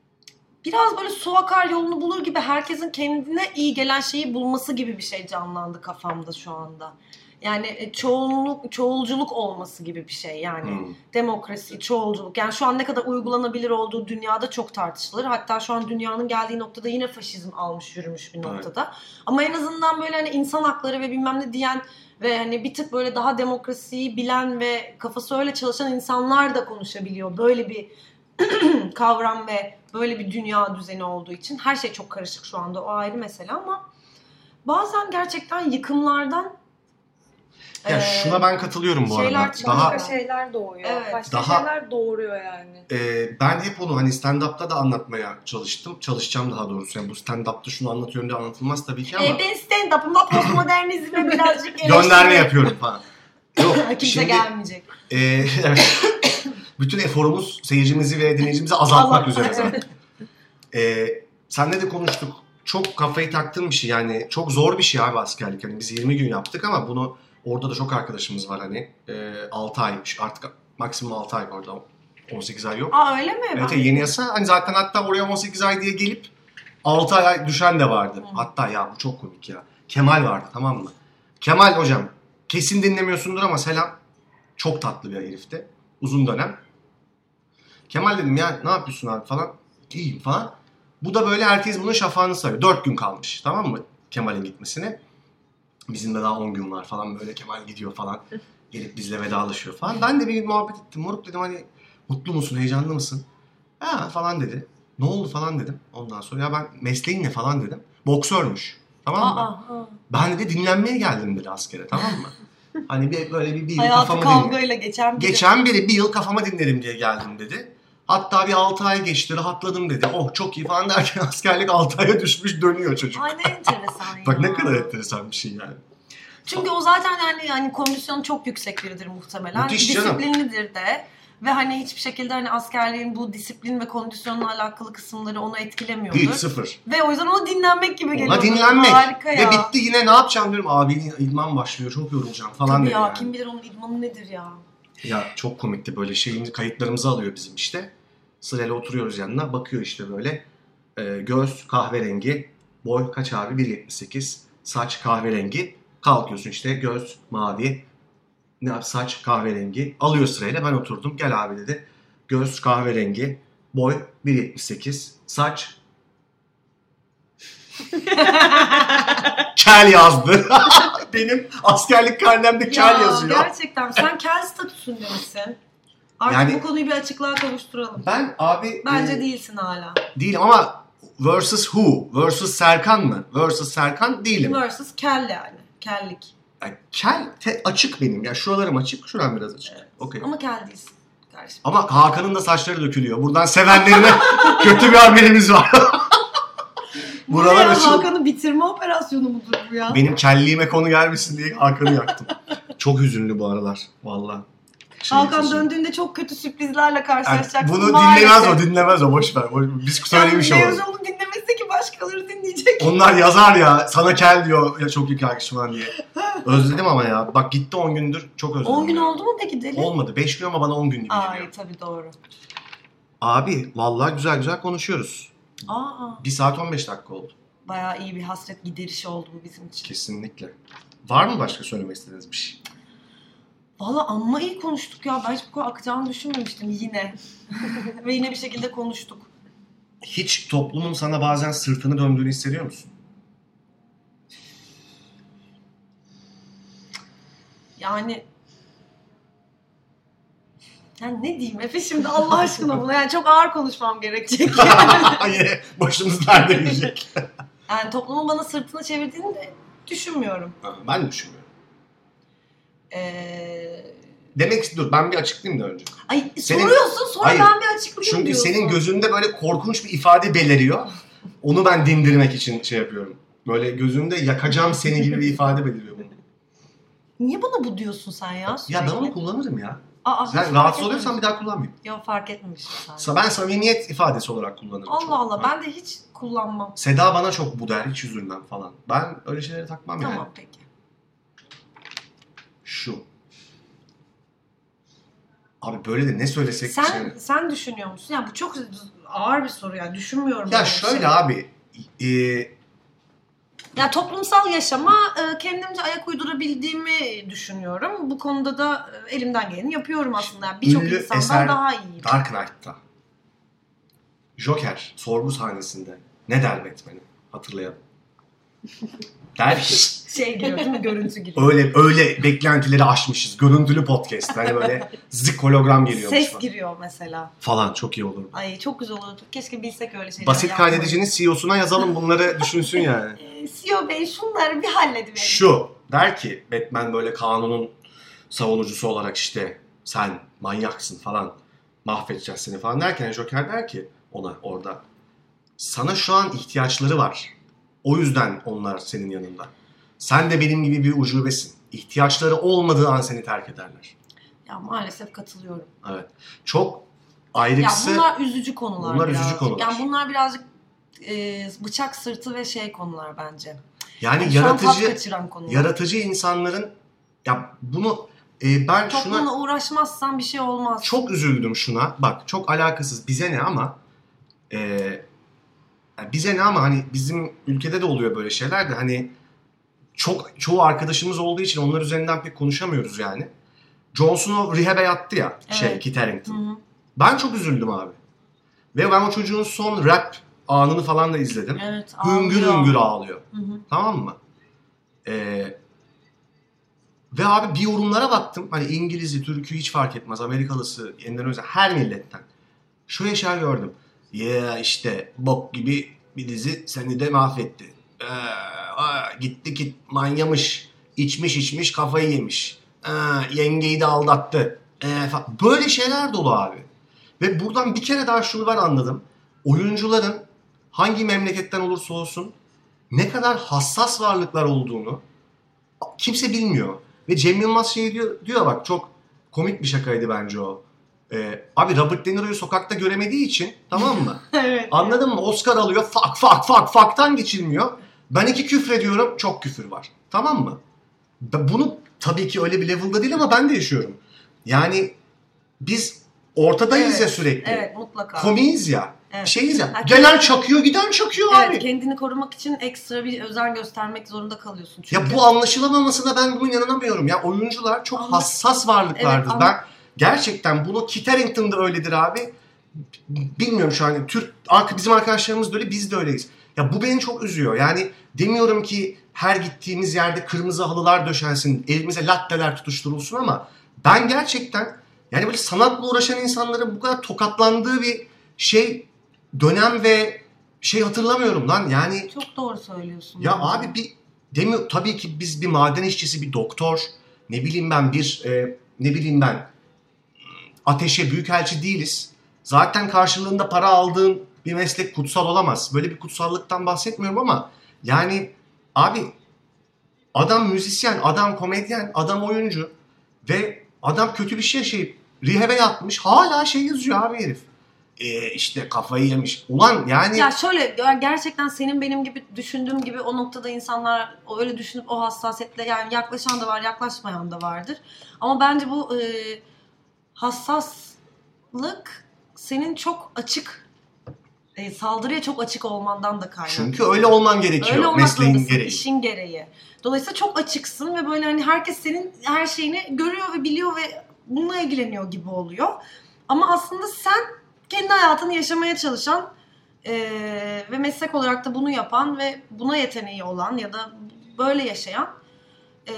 biraz böyle su akar yolunu bulur gibi herkesin kendine iyi gelen şeyi bulması gibi bir şey canlandı kafamda şu anda. Yani e, çoğunluk, çoğulculuk olması gibi bir şey yani. Hı. Demokrasi, çoğulculuk. Yani şu an ne kadar uygulanabilir olduğu dünyada çok tartışılır. Hatta şu an dünyanın geldiği noktada yine faşizm almış yürümüş bir noktada. Ama en azından böyle hani insan hakları ve bilmem ne diyen ve hani bir tık böyle daha demokrasiyi bilen ve kafası öyle çalışan insanlar da konuşabiliyor. Böyle bir kavram ve böyle bir dünya düzeni olduğu için her şey çok karışık şu anda, o ayrı mesele ama bazen gerçekten yıkımlardan Ya e, şuna ben katılıyorum bu şeyler arada. çıkıyor. Daha Başka şeyler doğuyor. Evet. Başka Daha- şeyler doğuruyor yani. e, ben hep onu hani stand-up'ta da anlatmaya çalıştım. Çalışacağım daha doğrusu. Yani bu stand-up'ta şunu anlatıyorum diye anlatılmaz tabii ki ama E, ben stand-up'ımda postmodernizme birazcık gönderme yapıyorum falan. Yok Kimse şimdi gelmeyecek. e, evet. Bütün eforumuz seyircimizi ve dinleyicimizi azaltmak Allah- üzere zaten. E, senle de konuştuk. Çok kafayı taktığım bir şey yani çok zor bir şey abi askerlik. Yani biz yirmi gün yaptık ama bunu orada da çok arkadaşımız var hani e, altı ay artık maksimum altı ay orada on sekiz ay yok. Aa öyle mi? Evet Ben- yeni yasa hani zaten hatta oraya on sekiz ay diye gelip altı ay düşen de vardı. Hı. Hatta ya bu çok komik ya. Kemal vardı tamam mı? Kemal hocam kesin dinlemiyorsundur ama selam. Çok tatlı bir herifti. Uzun dönem. Kemal dedim ya ne yapıyorsun abi falan. İyiyim falan. Bu da böyle herkes bunun şafağını sarıyor. Dört gün kalmış tamam mı Kemal'in gitmesine. Bizim de daha on gün var falan böyle Kemal gidiyor falan. Gelip bizle vedalaşıyor falan. Ben de bir gün muhabbet ettim. Moruk dedim hani mutlu musun, heyecanlı mısın? Ha falan dedi. Ne oldu falan dedim. Ondan sonra ya ben mesleğin ne falan dedim. Boksörmüş. Tamam mı? Aa, aa. Ben de dinlenmeye geldim dedi askere tamam mı? Hani bir, böyle bir, bir yıl Hayatı kafamı dinledim. kavgayla geçen biri. Geçen biri bir yıl kafama dinlerim diye geldim dedi. Hatta bir altı ay geçti rahatladım dedi. Oh çok iyi falan derken askerlik altı aya düşmüş dönüyor çocuk. Ay ne enteresan ya. Bak ne kadar enteresan bir şey yani. Çünkü o zaten yani yani kondisyonu çok yüksek biridir muhtemelen. Müthiş canım. Disiplinlidir de. Ve hani hiçbir şekilde hani askerliğin bu disiplin ve kondisyonla alakalı kısımları onu etkilemiyordur. Hiç sıfır. Ve o yüzden ona dinlenmek gibi geliyor. Ona dinlenmek. Harika ya. Ve bitti yine ne yapacağım diyorum. Abi idman başlıyor çok yorulacağım falan Tabii dedi ya yani. kim bilir onun idmanı nedir ya. Ya çok komikti böyle şeyin kayıtlarımızı alıyor bizim işte. Sırayla oturuyoruz yanına bakıyor işte böyle. Ee, göz kahverengi. Boy kaç abi? bir yetmiş sekiz. Saç kahverengi. Kalkıyorsun işte göz mavi. Ne yap? Saç kahverengi. Alıyor sırayla ben oturdum. Gel abi dedi. Göz kahverengi. Boy bir yetmiş sekiz. Saç kel yazdı. Benim askerlik karnemde kel ya, yazıyor. Gerçekten sen kel statüsünde misin? Artık Yani- bu konuyu bir açıklığa kavuşturalım. Ben abi Bence e, değilsin hala. değilim ama versus who? Versus Serkan mı? Versus Serkan değilim. Versus kel yani. Kellik. Yani kel te- açık benim. Ya şuralarım açık, şuram biraz açık. Evet. Okey. Ama kel değilsin kardeşim. Ama Hakan'ın da saçları dökülüyor. Buradan sevenlerine kötü bir haberimiz var. Buralar ya, açıldı. Hakan'ı bitirme operasyonu mudur bu ya? Benim kelliğime konu gelmesin diye Hakan'ı yaktım. Çok hüzünlü bu aralar valla. Şey Hakan kızım. döndüğünde çok kötü sürprizlerle Yani karşılaşacaksın. bunu maalesef. dinlemez o, dinlemez o. Boş ver. Biz söylemiş yani olalım. mevzu onu dinlemesi ki başkaları dinleyecek. Onlar yazar ya, sana kel diyor ya çok iyi arkadaşım falan diye. Özledim ama ya. Bak gitti on gündür, çok özledim. on gün ya. oldu mu peki deli? Olmadı. beş gün ama bana on gün gibi geliyor. Ay tabii doğru. Abi vallahi güzel güzel konuşuyoruz. Aa, bir saat on beş dakika oldu. bayağı iyi bir hasret giderişi oldu bu bizim için. Kesinlikle. Var mı başka söylemek istediğiniz bir şey? Valla amma iyi konuştuk ya. Ben hiç bu kadar akacağını düşünmemiştim yine. Ve yine bir şekilde konuştuk. Hiç toplumun sana bazen sırtını döndüğünü hissediyor musun? Yani... Yani ne diyeyim Efe şimdi Allah aşkına buna. Yani çok ağır konuşmam gerekecek. Yine başımız nerede yiyecek? Yani toplumun bana sırtını çevirdiğini de düşünmüyorum. Ben de düşünmüyorum. Ee... Demek istiyorum. Ben bir açıklayayım da önce. Ay Senin- soruyorsun sonra Hayır. ben bir açıklayayım Çünkü diyorsun. senin gözünde böyle korkunç bir ifade beliriyor. Onu ben dindirmek için şey yapıyorum. Böyle gözümde yakacağım seni gibi bir ifade beliriyor bunun. Niye bana bu diyorsun sen ya sürekli? Ya ben onu kullanırım ya. Aa, hiç Sen fark rahatsız oluyorsan etmemişim. bir daha kullanmayayım. Yok fark etmemişim sen. Sa- Ben samimiyet ifadesi olarak kullanırım. çok. Allah Allah Ha. ben de hiç kullanmam. Seda bana çok bu der, hiç üzülmem falan. Ben öyle şeyleri takmam yani. Tamam peki. Şu. Abi böyle de ne söylesek... Sen şey- sen düşünüyor musun? Ya bu çok ağır bir soru yani düşünmüyorum. Ya böyle bir şöyle şey. abi... E, Ya toplumsal yaşama e, kendimce ayak uydurabildiğimi düşünüyorum. Bu konuda da e, elimden geleni yapıyorum aslında. Yani birçok Ünlü insandan eser- daha iyiyim. Dark Knight'ta Joker sorgu sahnesinde ne der Batman'e? Hatırlayalım. Der ki Şey giriyor değil mi? Görüntü giriyor. öyle öyle beklentileri aşmışız. Görüntülü podcast. Hani böyle zik hologram geliyormuş Ses falan. giriyor mesela. Falan çok iyi olur. Ay çok güzel olurdu. Keşke bilsek öyle şeyler. Basit yapmayı. kaydedicinin C E O'suna yazalım bunları düşünsün yani. E, C E O Bey şunları bir hallediverin. Şu der ki Batman böyle kanunun savunucusu olarak işte sen manyaksın falan mahvedeceğiz seni falan derken Joker der ki ona orada sana şu an ihtiyaçları var. O yüzden onlar senin yanında. Sen de benim gibi bir ucubesin. İhtiyaçları olmadığı an seni terk ederler. Ya maalesef katılıyorum. Evet. Çok ayrıksı... Ya bunlar üzücü konular Bunlar birazcık. üzücü konular. Yani bunlar birazcık e, bıçak sırtı ve şey konular bence. yani Yani şu an tat yaratıcı kaçıran konular. yaratıcı insanların ya bunu e, ben şuna Toplumla uğraşmazsan bir şey olmaz. çok üzüldüm şuna. Bak çok alakasız bize ne ama e, yani bize ne ama hani bizim ülkede de oluyor böyle şeyler de hani çok çoğu arkadaşımız olduğu için onlar üzerinden pek konuşamıyoruz yani. Jon Snow rehab'e yattı ya şey Evet. Kit Harington. Hı hı. Ben çok üzüldüm abi. Ve ben o çocuğun son rap anını falan da izledim. Evet. Hüngür ağlıyor. hüngür ağlıyor. Hı hı. Tamam mı? Ee, ve abi bir yorumlara baktım. Hani İngiliz'i, Türk'ü hiç fark etmez. Amerikalısı, Endonezya her milletten. Şöyle şeyler gördüm. Ya işte bok gibi bir dizi seni de mahvetti. Ee, aa, gitti git manyamış. İçmiş içmiş kafayı yemiş. Ee, yengeyi de aldattı. Ee, fa- Böyle şeyler dolu abi. Ve buradan bir kere daha şunu ben anladım. Oyuncuların hangi memleketten olursa olsun ne kadar hassas varlıklar olduğunu kimse bilmiyor. Ve Cem Yılmaz şey diyor, diyor bak çok komik bir şakaydı bence o. Ee, abi Robert De Niro'yu sokakta göremediği için tamam mı? Evet. Anladın mı? Oscar alıyor fak fak fak faktan geçilmiyor. Ben iki küfrediyorum çok küfür var. Tamam mı? Ben bunu tabii ki öyle bir level'da değil ama ben de yaşıyorum. Yani biz ortadayız Evet, ya sürekli. Evet mutlaka. Komiyiz ya. Evet. Şeyiz ya. Ha, Gelen çakıyor giden çakıyor Evet abi. kendini korumak için ekstra bir özen göstermek zorunda kalıyorsun. Çünkü... Ya bu anlaşılamamasına ben bunun inanamıyorum. Ya oyuncular çok Anlaş- hassas varlıklardır. Evet, anla- ben gerçekten bunu Kit Harington'da öyledir abi. Bilmiyorum şu an Türk bizim arkadaşlarımız da öyle biz de öyleyiz. Ya bu beni çok üzüyor. Yani demiyorum ki her gittiğimiz yerde kırmızı halılar döşensin, elimize latteler tutuşturulsun ama ben gerçekten yani böyle sanatla uğraşan insanların bu kadar tokatlandığı bir şey dönem ve şey hatırlamıyorum lan. Yani Çok doğru söylüyorsun. ya bence. abi bir demiyor tabii ki biz bir maden işçisi, bir doktor, ne bileyim ben bir e, ne bileyim ben ateşe büyükelçi değiliz. Zaten karşılığında para aldığın bir meslek kutsal olamaz. Böyle bir kutsallıktan bahsetmiyorum ama yani abi adam müzisyen, adam komedyen, adam oyuncu ve adam kötü bir şey yaşayıp rehab'e yatmış. Hala şey yazıyor abi herif. Ee, işte kafayı yemiş. Ulan yani... Ya şöyle gerçekten senin benim gibi düşündüğüm gibi o noktada insanlar öyle düşünüp o hassasiyetle yani yaklaşan da var, yaklaşmayan da vardır. Ama bence bu e, hassaslık senin çok açık e, saldırıya çok açık olmandan da kaynaklı. Çünkü öyle olman gerekiyor. Öyle olmak mesleğin zorundasın, gereği. işin gereği. Dolayısıyla çok açıksın ve böyle hani herkes senin her şeyini görüyor ve biliyor ve bununla ilgileniyor gibi oluyor. Ama aslında sen kendi hayatını yaşamaya çalışan e, ve meslek olarak da bunu yapan ve buna yeteneği olan ya da böyle yaşayan e,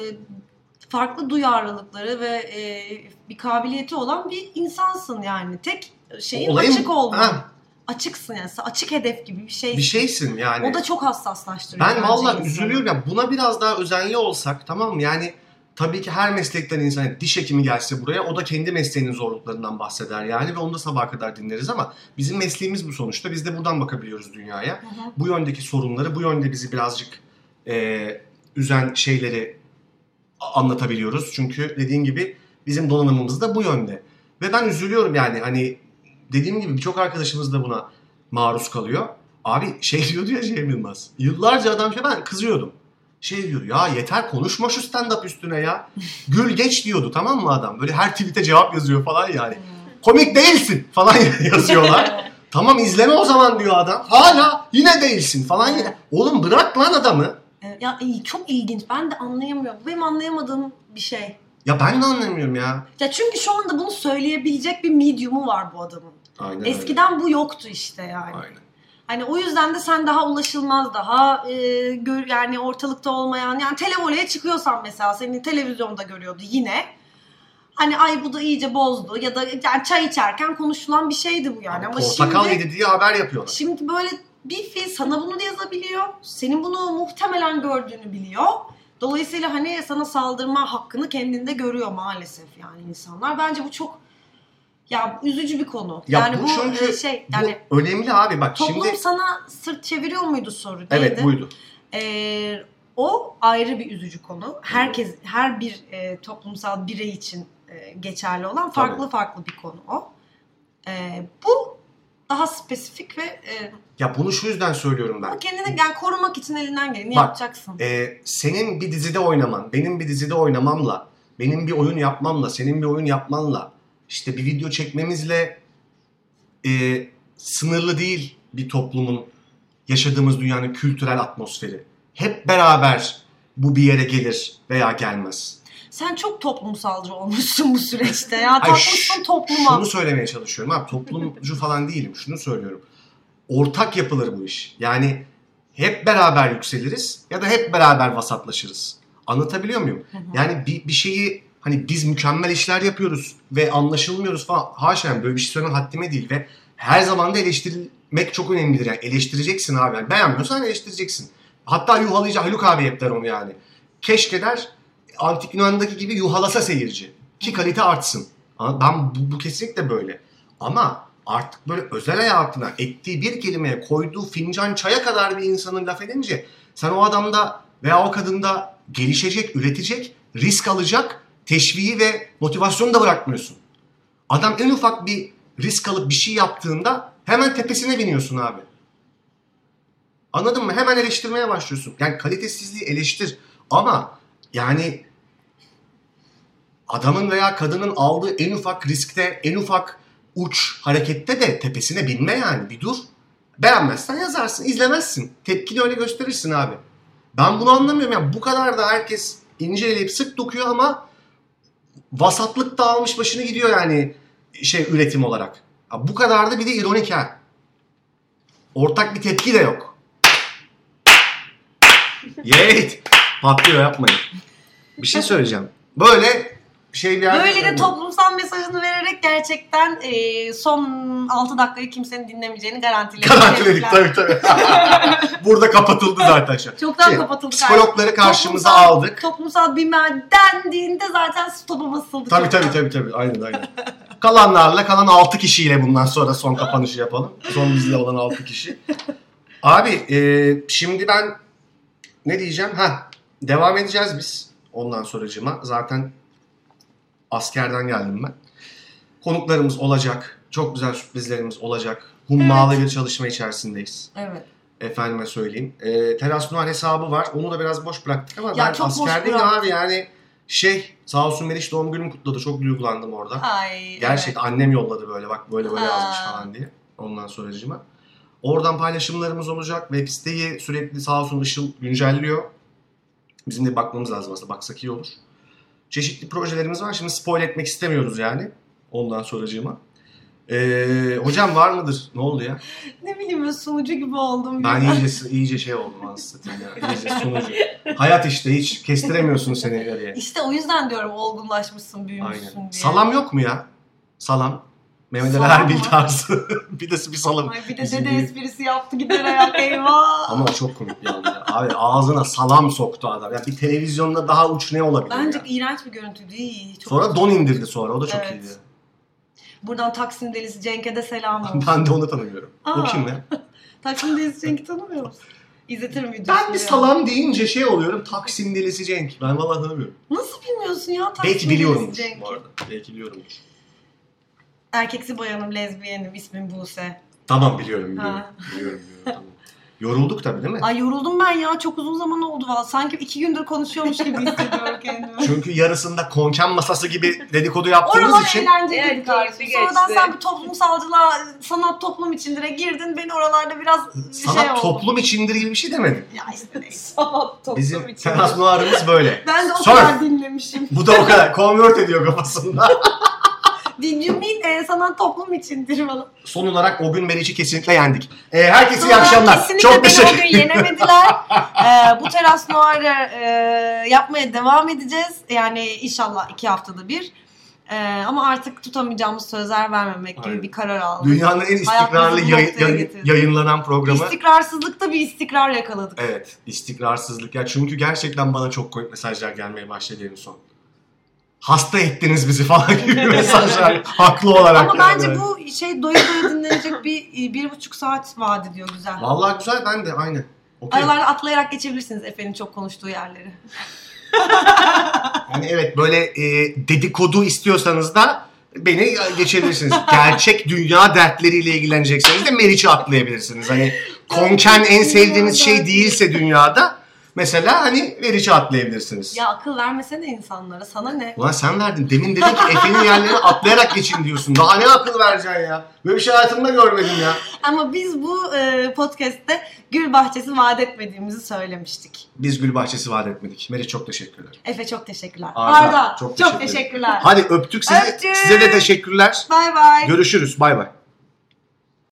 farklı duyarlılıkları ve e, bir kabiliyeti olan bir insansın yani. Tek şeyin Olayım, açık olman. Ha. Açıksın yani. Açık hedef gibi bir şeysin. Bir şeysin yani. O da çok hassaslaştırıyor. Ben vallahi insanı. üzülüyorum ya. Buna biraz daha özenli olsak, tamam mı? Yani tabii ki her meslekten insan, diş hekimi gelse buraya o da kendi mesleğinin zorluklarından bahseder yani ve onu da sabaha kadar dinleriz ama bizim mesleğimiz bu sonuçta. Biz de buradan bakabiliyoruz dünyaya. Hı hı. Bu yöndeki sorunları, bu yönde bizi birazcık e, üzen şeyleri anlatabiliyoruz. Çünkü dediğin gibi bizim donanımımız da bu yönde. Ve ben üzülüyorum yani hani dediğim gibi birçok arkadaşımız da buna maruz kalıyor. Abi şey diyordu ya Cem Yılmaz. Yıllarca adam şey ben kızıyordum. Şey diyor ya yeter konuşma şu stand-up üstüne ya. Gül geç diyordu, tamam mı adam? Böyle her tweet'e cevap yazıyor falan yani. Komik değilsin falan yazıyorlar. Tamam izleme o zaman diyor adam. Hala yine değilsin falan. Yine. Oğlum bırak lan adamı. Ya çok ilginç. Ben de anlayamıyorum. Benim anlayamadığım bir şey. Ya ben de anlamıyorum ya. Ya çünkü şu anda bunu söyleyebilecek bir medium'u var bu adamın. Aynen Eskiden öyle. bu yoktu işte yani. Aynen. Hani o yüzden de sen daha ulaşılmaz, daha e, gör, yani ortalıkta olmayan, yani televoleye çıkıyorsan mesela seni televizyonda görüyordu yine. Hani ay bu da iyice bozdu ya da yani çay içerken konuşulan bir şeydi bu yani. Ama portakal şimdi, yedi diye haber yapıyorlar. Şimdi böyle bir fil sana bunu da yazabiliyor. Senin bunu muhtemelen gördüğünü biliyor. Dolayısıyla hani sana saldırma hakkını kendinde görüyor maalesef yani insanlar. Bence bu çok ya üzücü bir konu. Ya yani bu bu çünkü şey yani bu önemli abi bak toplum şimdi. sana sırt çeviriyor muydu soru neydi? Evet buydu. Ee, o ayrı bir üzücü konu. Herkes her bir e, toplumsal birey için e, geçerli olan farklı Tabii. farklı bir konu o. E, bu daha spesifik ve e, Ya bunu şu yüzden söylüyorum ben. kendini yani korumak için elinden geleni Bak, yapacaksın. E, senin bir dizide oynaman, benim bir dizide oynamamla, benim bir oyun yapmamla, senin bir oyun yapmanla, işte bir video çekmemizle e, sınırlı değil bir toplumun, yaşadığımız dünyanın kültürel atmosferi. Hep beraber bu bir yere gelir veya gelmez. Sen çok toplumsalcı olmuşsun bu süreçte ya. Ay, Takmışsın ş- topluma. Şunu söylemeye çalışıyorum abi. Toplumcu falan değilim. Şunu söylüyorum. Ortak yapılır bu iş. Yani hep beraber yükseliriz ya da hep beraber vasatlaşırız. Anlatabiliyor muyum? Hı hı. Yani bir, bir şeyi hani biz mükemmel işler yapıyoruz ve anlaşılmıyoruz falan. Haşa yani böyle bir şey söylemen haddime değil ve her zaman da eleştirilmek çok önemlidir. Yani eleştireceksin abi. Yani beğenmiyorsan eleştireceksin. Hatta yuhalayacak. Haluk abi hep der onu yani. Keşke der Antik Yunan'daki gibi yuhalasa seyirci. Ki kalite artsın. Ben bu, bu kesinlikle böyle. Ama artık böyle özel hayatına ettiği bir kelimeye koyduğu fincan çaya kadar bir insanın laf edince sen o adamda veya o kadında gelişecek, üretecek, risk alacak teşviği ve motivasyonu da bırakmıyorsun. Adam en ufak bir risk alıp bir şey yaptığında hemen tepesine biniyorsun abi. Anladın mı? Hemen eleştirmeye başlıyorsun. Yani kalitesizliği eleştir. Ama yani adamın veya kadının aldığı en ufak riskte, en ufak uç harekette de tepesine binme yani. Bir dur. Beğenmezsen yazarsın, izlemezsin. Tepkini öyle gösterirsin abi. Ben bunu anlamıyorum. Yani bu kadar da herkes ince eleyip sık dokuyor ama vasatlık da almış başını gidiyor yani şey üretim olarak. Ya bu kadar da bir de ironik ha. Ortak bir tepki de yok. Yeet. Patlıyor yapmayın. Bir şey söyleyeceğim. Böyle şey bir yerde... Böyle de toplumsal mesajını vererek gerçekten e, son altı dakikayı kimsenin dinlemeyeceğini garantiledik. Garantiledik tabii tabii. Burada kapatıldı zaten şu an. Çoktan Şey, kapatıldı. Psikologları karşımıza toplumsal, aldık. Toplumsal bilmem dendiğinde zaten stopa basıldı. Tabii çoktan. tabii tabii tabii. Aynen aynen. Kalanlarla, kalan altı kişiyle bundan sonra son kapanışı yapalım. Son bizle olan altı kişi. Abi e, şimdi ben ne diyeceğim? Ha, devam edeceğiz biz ondan sonracığıma. Zaten askerden geldim ben. Konuklarımız olacak. Çok güzel sürprizlerimiz olacak. Hummalı bir çalışma içerisindeyiz. Evet. Efendime söyleyeyim. E, Teras Noir hesabı var. Onu da biraz boş bıraktık ama Ya ben çok boş askerdeyim bıraktık. abi yani şey sağ olsun Meriç doğum günümü kutladı. Çok duygulandım orada. Ay. Gerçekten annem yolladı böyle bak böyle böyle Ha. yazmış falan diye. Ondan sonracığıma. Oradan paylaşımlarımız olacak. Web siteyi sürekli sağ olsun Işıl güncelliyor. Bizim de bakmamız lazım aslında. Baksak iyi olur. Çeşitli projelerimiz var. Şimdi spoil etmek istemiyoruz yani. Ondan sonracığıma. Ee, hocam var mıdır? Ne oldu ya? Ne bileyim böyle sunucu gibi oldum. Ben birden. iyice iyice şey oldum aslında ya. İyice sunucu. Hayat işte hiç kestiremiyorsun seni nereye. İşte o yüzden diyorum olgunlaşmışsın, büyümüşsün Aynen. diye. Salam yok mu ya? Salam. Mehmet Ali Salam Erbil mı? tarzı. Bir de bir salam. Ay bir de Bizim dede değil. esprisi yaptı gider ayak eyvah. Ama o çok komik bir anda ya. Abi ağzına salam soktu adam. Ya bir televizyonda daha uç ne olabilir Bence ya? iğrenç bir görüntüydü. İyi, çok Sonra don indirdi sonra. O da çok Evet. iyiydi. Buradan Taksim delisi Cenk'e de selam olsun. Ben de onu tanımıyorum. O Aa. kim ya? Taksim delisi Cenk'i tanımıyor musun? İzletirim videosunu. Ben bir ya. salam deyince şey oluyorum. Taksim delisi Cenk. Ben vallahi tanımıyorum. Nasıl bilmiyorsun ya Taksim Belki biliyorum delisi Cenk'i? bu arada. Belki biliyorum. Erkeksi bayanım, lezbiyenim, ismim Buse. Tamam biliyorum biliyorum. Ha. Biliyorum biliyorum tamam. Yorulduk tabii değil mi? Ay yoruldum ben ya. Çok uzun zaman oldu valla. Sanki iki gündür konuşuyormuş gibi hissediyorum kendimi. Çünkü yarısında konken masası gibi dedikodu yaptığımız Oralar için eğlenceliydi Evet, kardeşim. keyifli Sonradan geçti. sen bir toplumsalcılığa, sanat toplum içindire girdin. Beni oralarda biraz bir sanat şey oldu. toplum içindir gibi bir şey demedim. Ya işte neyse. Sanat toplum Bizim için. Teras Noir'ımız böyle. Ben de o Sor. kadar dinlemişim. Bu da o kadar. Convert ediyor kafasında. Did you mean e, sanat toplum içindir falan. Son olarak o gün Meriç'i kesinlikle yendik. Ee, herkese iyi Sonra akşamlar. Kesinlikle Çok beni o teşekkür gün yenemediler. ee, bu Teras Noir'ı e, yapmaya devam edeceğiz. Yani inşallah iki haftada bir. Ee, ama artık tutamayacağımız sözler vermemek gibi Aynen. bir karar aldım. Dünyanın en istikrarlı Hayatımızı bu yayın- noktaya yayın- getirdi. yayınlanan programı. İstikrarsızlıkta bir istikrar yakaladık. Evet, istikrarsızlık. Ya çünkü gerçekten bana çok komik mesajlar gelmeye başladı en son. Hasta ettiniz bizi falan gibi mesajlar. Haklı olarak. Ama yani. bence bu şey doya doya dinlenecek bir bir buçuk saat vaat ediyor güzel. Vallahi güzel, ben de aynı. Okey. Aralarda atlayarak geçebilirsiniz Efe'nin çok konuştuğu yerleri. Yani evet, böyle e, dedikodu istiyorsanız da beni geçebilirsiniz. Gerçek dünya dertleriyle ilgilenecekseniz de Meriç'i atlayabilirsiniz. Hani konken en sevdiğiniz şey değilse dünyada mesela hani Meriç'i atlayabilirsiniz. Ya akıl vermesene insanlara, sana ne? Ulan sen verdin. Demin dedin ki Efe'nin yerlerine atlayarak geçin diyorsun. Daha ne akıl vereceksin ya? Böyle bir şey hayatımda görmedim ya. Ama biz bu e, podcast'te gül bahçesi vaat etmediğimizi söylemiştik. Biz gül bahçesi vaat etmedik. Meriç çok teşekkürler. Efe çok teşekkürler. Arda, Arda, çok çok, teşekkür teşekkürler. Hadi öptük sizi. Öptük. Size de teşekkürler. Bay bay. Görüşürüz. Bay bay.